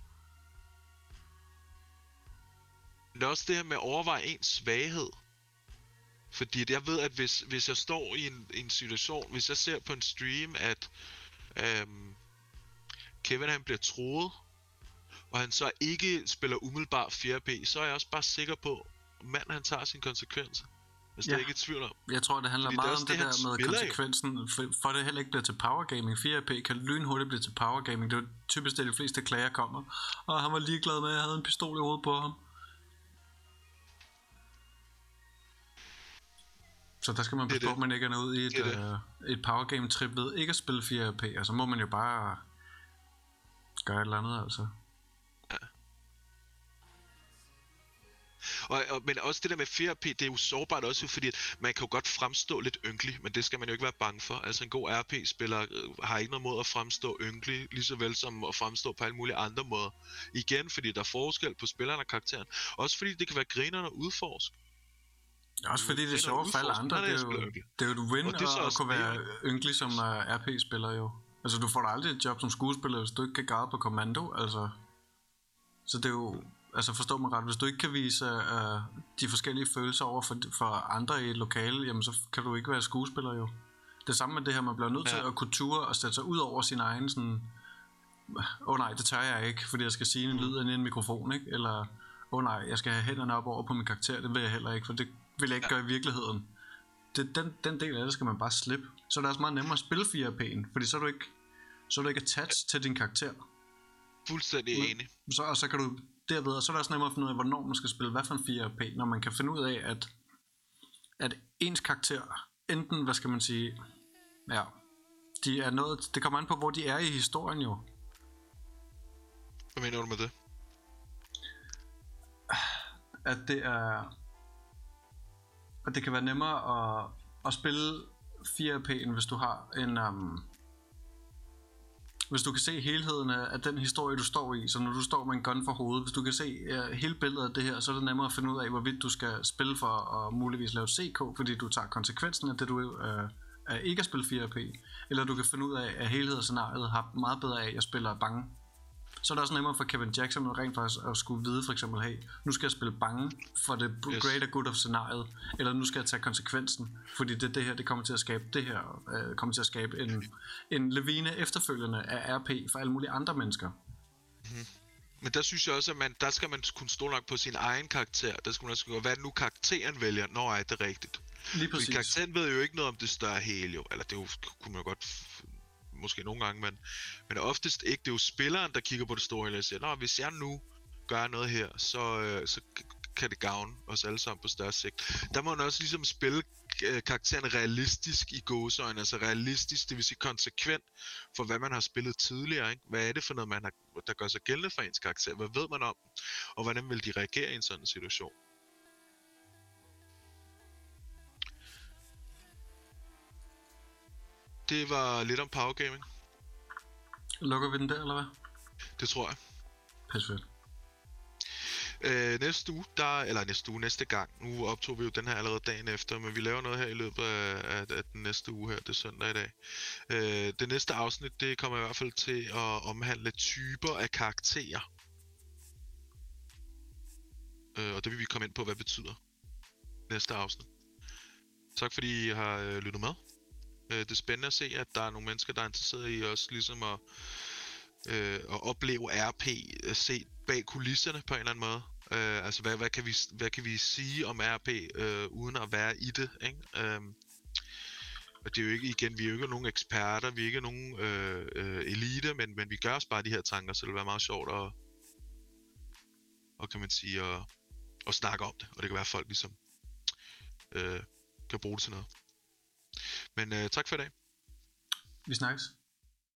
S1: Men det er også det her med at overveje ens svaghed. Fordi jeg ved, at hvis, hvis jeg står i en, en situation, hvis jeg ser på en stream, at øhm, Kevin han bliver troet, og han så ikke spiller umiddelbart fire P, så er jeg også bare sikker på, at manden han tager sine konsekvenser. Hvis ja. Det er ikke et tvivl om.
S2: Jeg tror, det handler Fordi meget det om det, det der med konsekvensen, for, for det heller ikke bliver til powergaming. fire P kan lynhurtigt blive til powergaming. Det er typisk det, de fleste klager kommer. Og han var ligeglad med, at jeg havde en pistol i hovedet på ham. Så der skal man passe på, at man ikke er ude i et, uh, et powergame-trip ved ikke at spille fire P. Altså må man jo bare gøre et eller andet, altså. Ja.
S1: Og, og, men også det der med fire P, det er jo sårbart også, fordi at man kan jo godt fremstå lidt ynkelig, men det skal man jo ikke være bange for. Altså en god R P-spiller øh, har ikke noget måde at fremstå ynkelig, lige så vel som at fremstå på alle mulige andre måder. Igen, fordi der er forskel på spilleren og karakteren. Også fordi det kan være grinerne at udforske.
S2: Også fordi det er sjovt for alle andre. Det er jo, det er jo et win at kunne være ynkelig som uh, R P-spiller jo. Altså du får da aldrig et job som skuespiller, hvis du ikke kan græde på kommando, altså. Så det er jo, altså forstår man ret, hvis du ikke kan vise uh, de forskellige følelser over for, for andre i et lokale, jamen så kan du ikke være skuespiller jo. Det samme med det her, man bliver nødt ja. til at kunne ture og sætte sig ud over sin egen sådan, åh oh, nej, det tør jeg ikke, fordi jeg skal sige en lyd ind i en mikrofon, ikke? Eller, åh oh, nej, jeg skal have hænderne op over på min karakter, det vil jeg heller ikke, for det vil jeg ikke ja. gøre i virkeligheden. Det, den, den del af det skal man bare slippe. Så er det også meget nemmere at spille fire P'en, fordi så er du ikke, så er du ikke attached til din karakter.
S1: Fuldstændig enig.
S2: Så, og så kan du derved, og så er det også nemmere at finde ud af, hvornår man skal spille hvad for en fire P, når man kan finde ud af, at, at ens karakter, enten, hvad skal man sige, ja, de er noget, det kommer an på, hvor de er i historien jo.
S1: Hvad mener du med det?
S2: At det er, Og det kan være nemmere at, at spille fire R P, end hvis du har en... Um, hvis du kan se helheden af den historie, du står i, så når du står med en gun for hovedet, hvis du kan se uh, hele billedet af det her, så er det nemmere at finde ud af, hvorvidt du skal spille for at muligvis lave C K, fordi du tager konsekvensen af det, du uh, er ikke at spille fire R P, eller du kan finde ud af, at helheden af scenariet har meget bedre af, at jeg spiller bange. Så er det også nemmere for Kevin Jackson rent faktisk at skulle vide, for eksempel, hey, nu skal jeg spille bange for det yes. greater good of scenariet, eller nu skal jeg tage konsekvensen, fordi det, det her, det kommer til at skabe det her, øh, kommer til at skabe en, en lavine efterfølgende af R P for alle mulige andre mennesker.
S1: Mm-hmm. Men der synes jeg også, at man, der skal man kunne stole nok på sin egen karakter. Der skal man også gå, hvad er det nu karakteren vælger, når er det rigtigt?
S2: Lige præcis.
S1: Fordi karakteren ved jo ikke noget om det større hele, jo. Eller det jo, kunne man jo godt... måske nogle gange, men, men oftest ikke. Det er jo spilleren, der kigger på det store hele og siger, nå, hvis jeg nu gør noget her, så, øh, så kan det gavne os alle sammen på større sigt. Der må man også ligesom spille øh, karakteren realistisk i gåseøjne, altså realistisk, det vil sige konsekvent for, hvad man har spillet tidligere, ikke? Hvad er det for noget, man har, der gør sig gældende for ens karakter? Hvad ved man om dem? Og hvordan vil de reagere i en sådan situation? Det var lidt om power gaming.
S2: Lukker vi den der, eller hvad?
S1: Det tror jeg.
S2: Pisse fedt.
S1: Øh, næste uge, der, eller næste uge, næste gang, nu optog vi jo den her allerede dagen efter, men vi laver noget her i løbet af, af, af den næste uge her, det er søndag i dag. Øh, det næste afsnit, det kommer i hvert fald til at omhandle typer af karakterer. Øh, og det vil vi komme ind på, hvad det betyder. Næste afsnit. Tak fordi I har øh, lyttet med. Det er spændende at se, at der er nogle mennesker, der er interesseret i også ligesom at, øh, at opleve R P, set bag kulisserne på en eller anden måde. Øh, altså, hvad, hvad, kan vi, hvad kan vi sige om R P, øh, uden at være i det, ikke? Øh, og det er jo ikke, igen, vi er jo ikke nogen eksperter, vi er ikke nogen øh, øh, elite, men, men vi gør os bare de her tanker, så det vil være meget sjovt at, og kan man sige, at, at snakke om det. Og det kan være, at folk ligesom øh, kan bruge det til noget. Men øh, tak for i dag.
S2: Vi snakkes.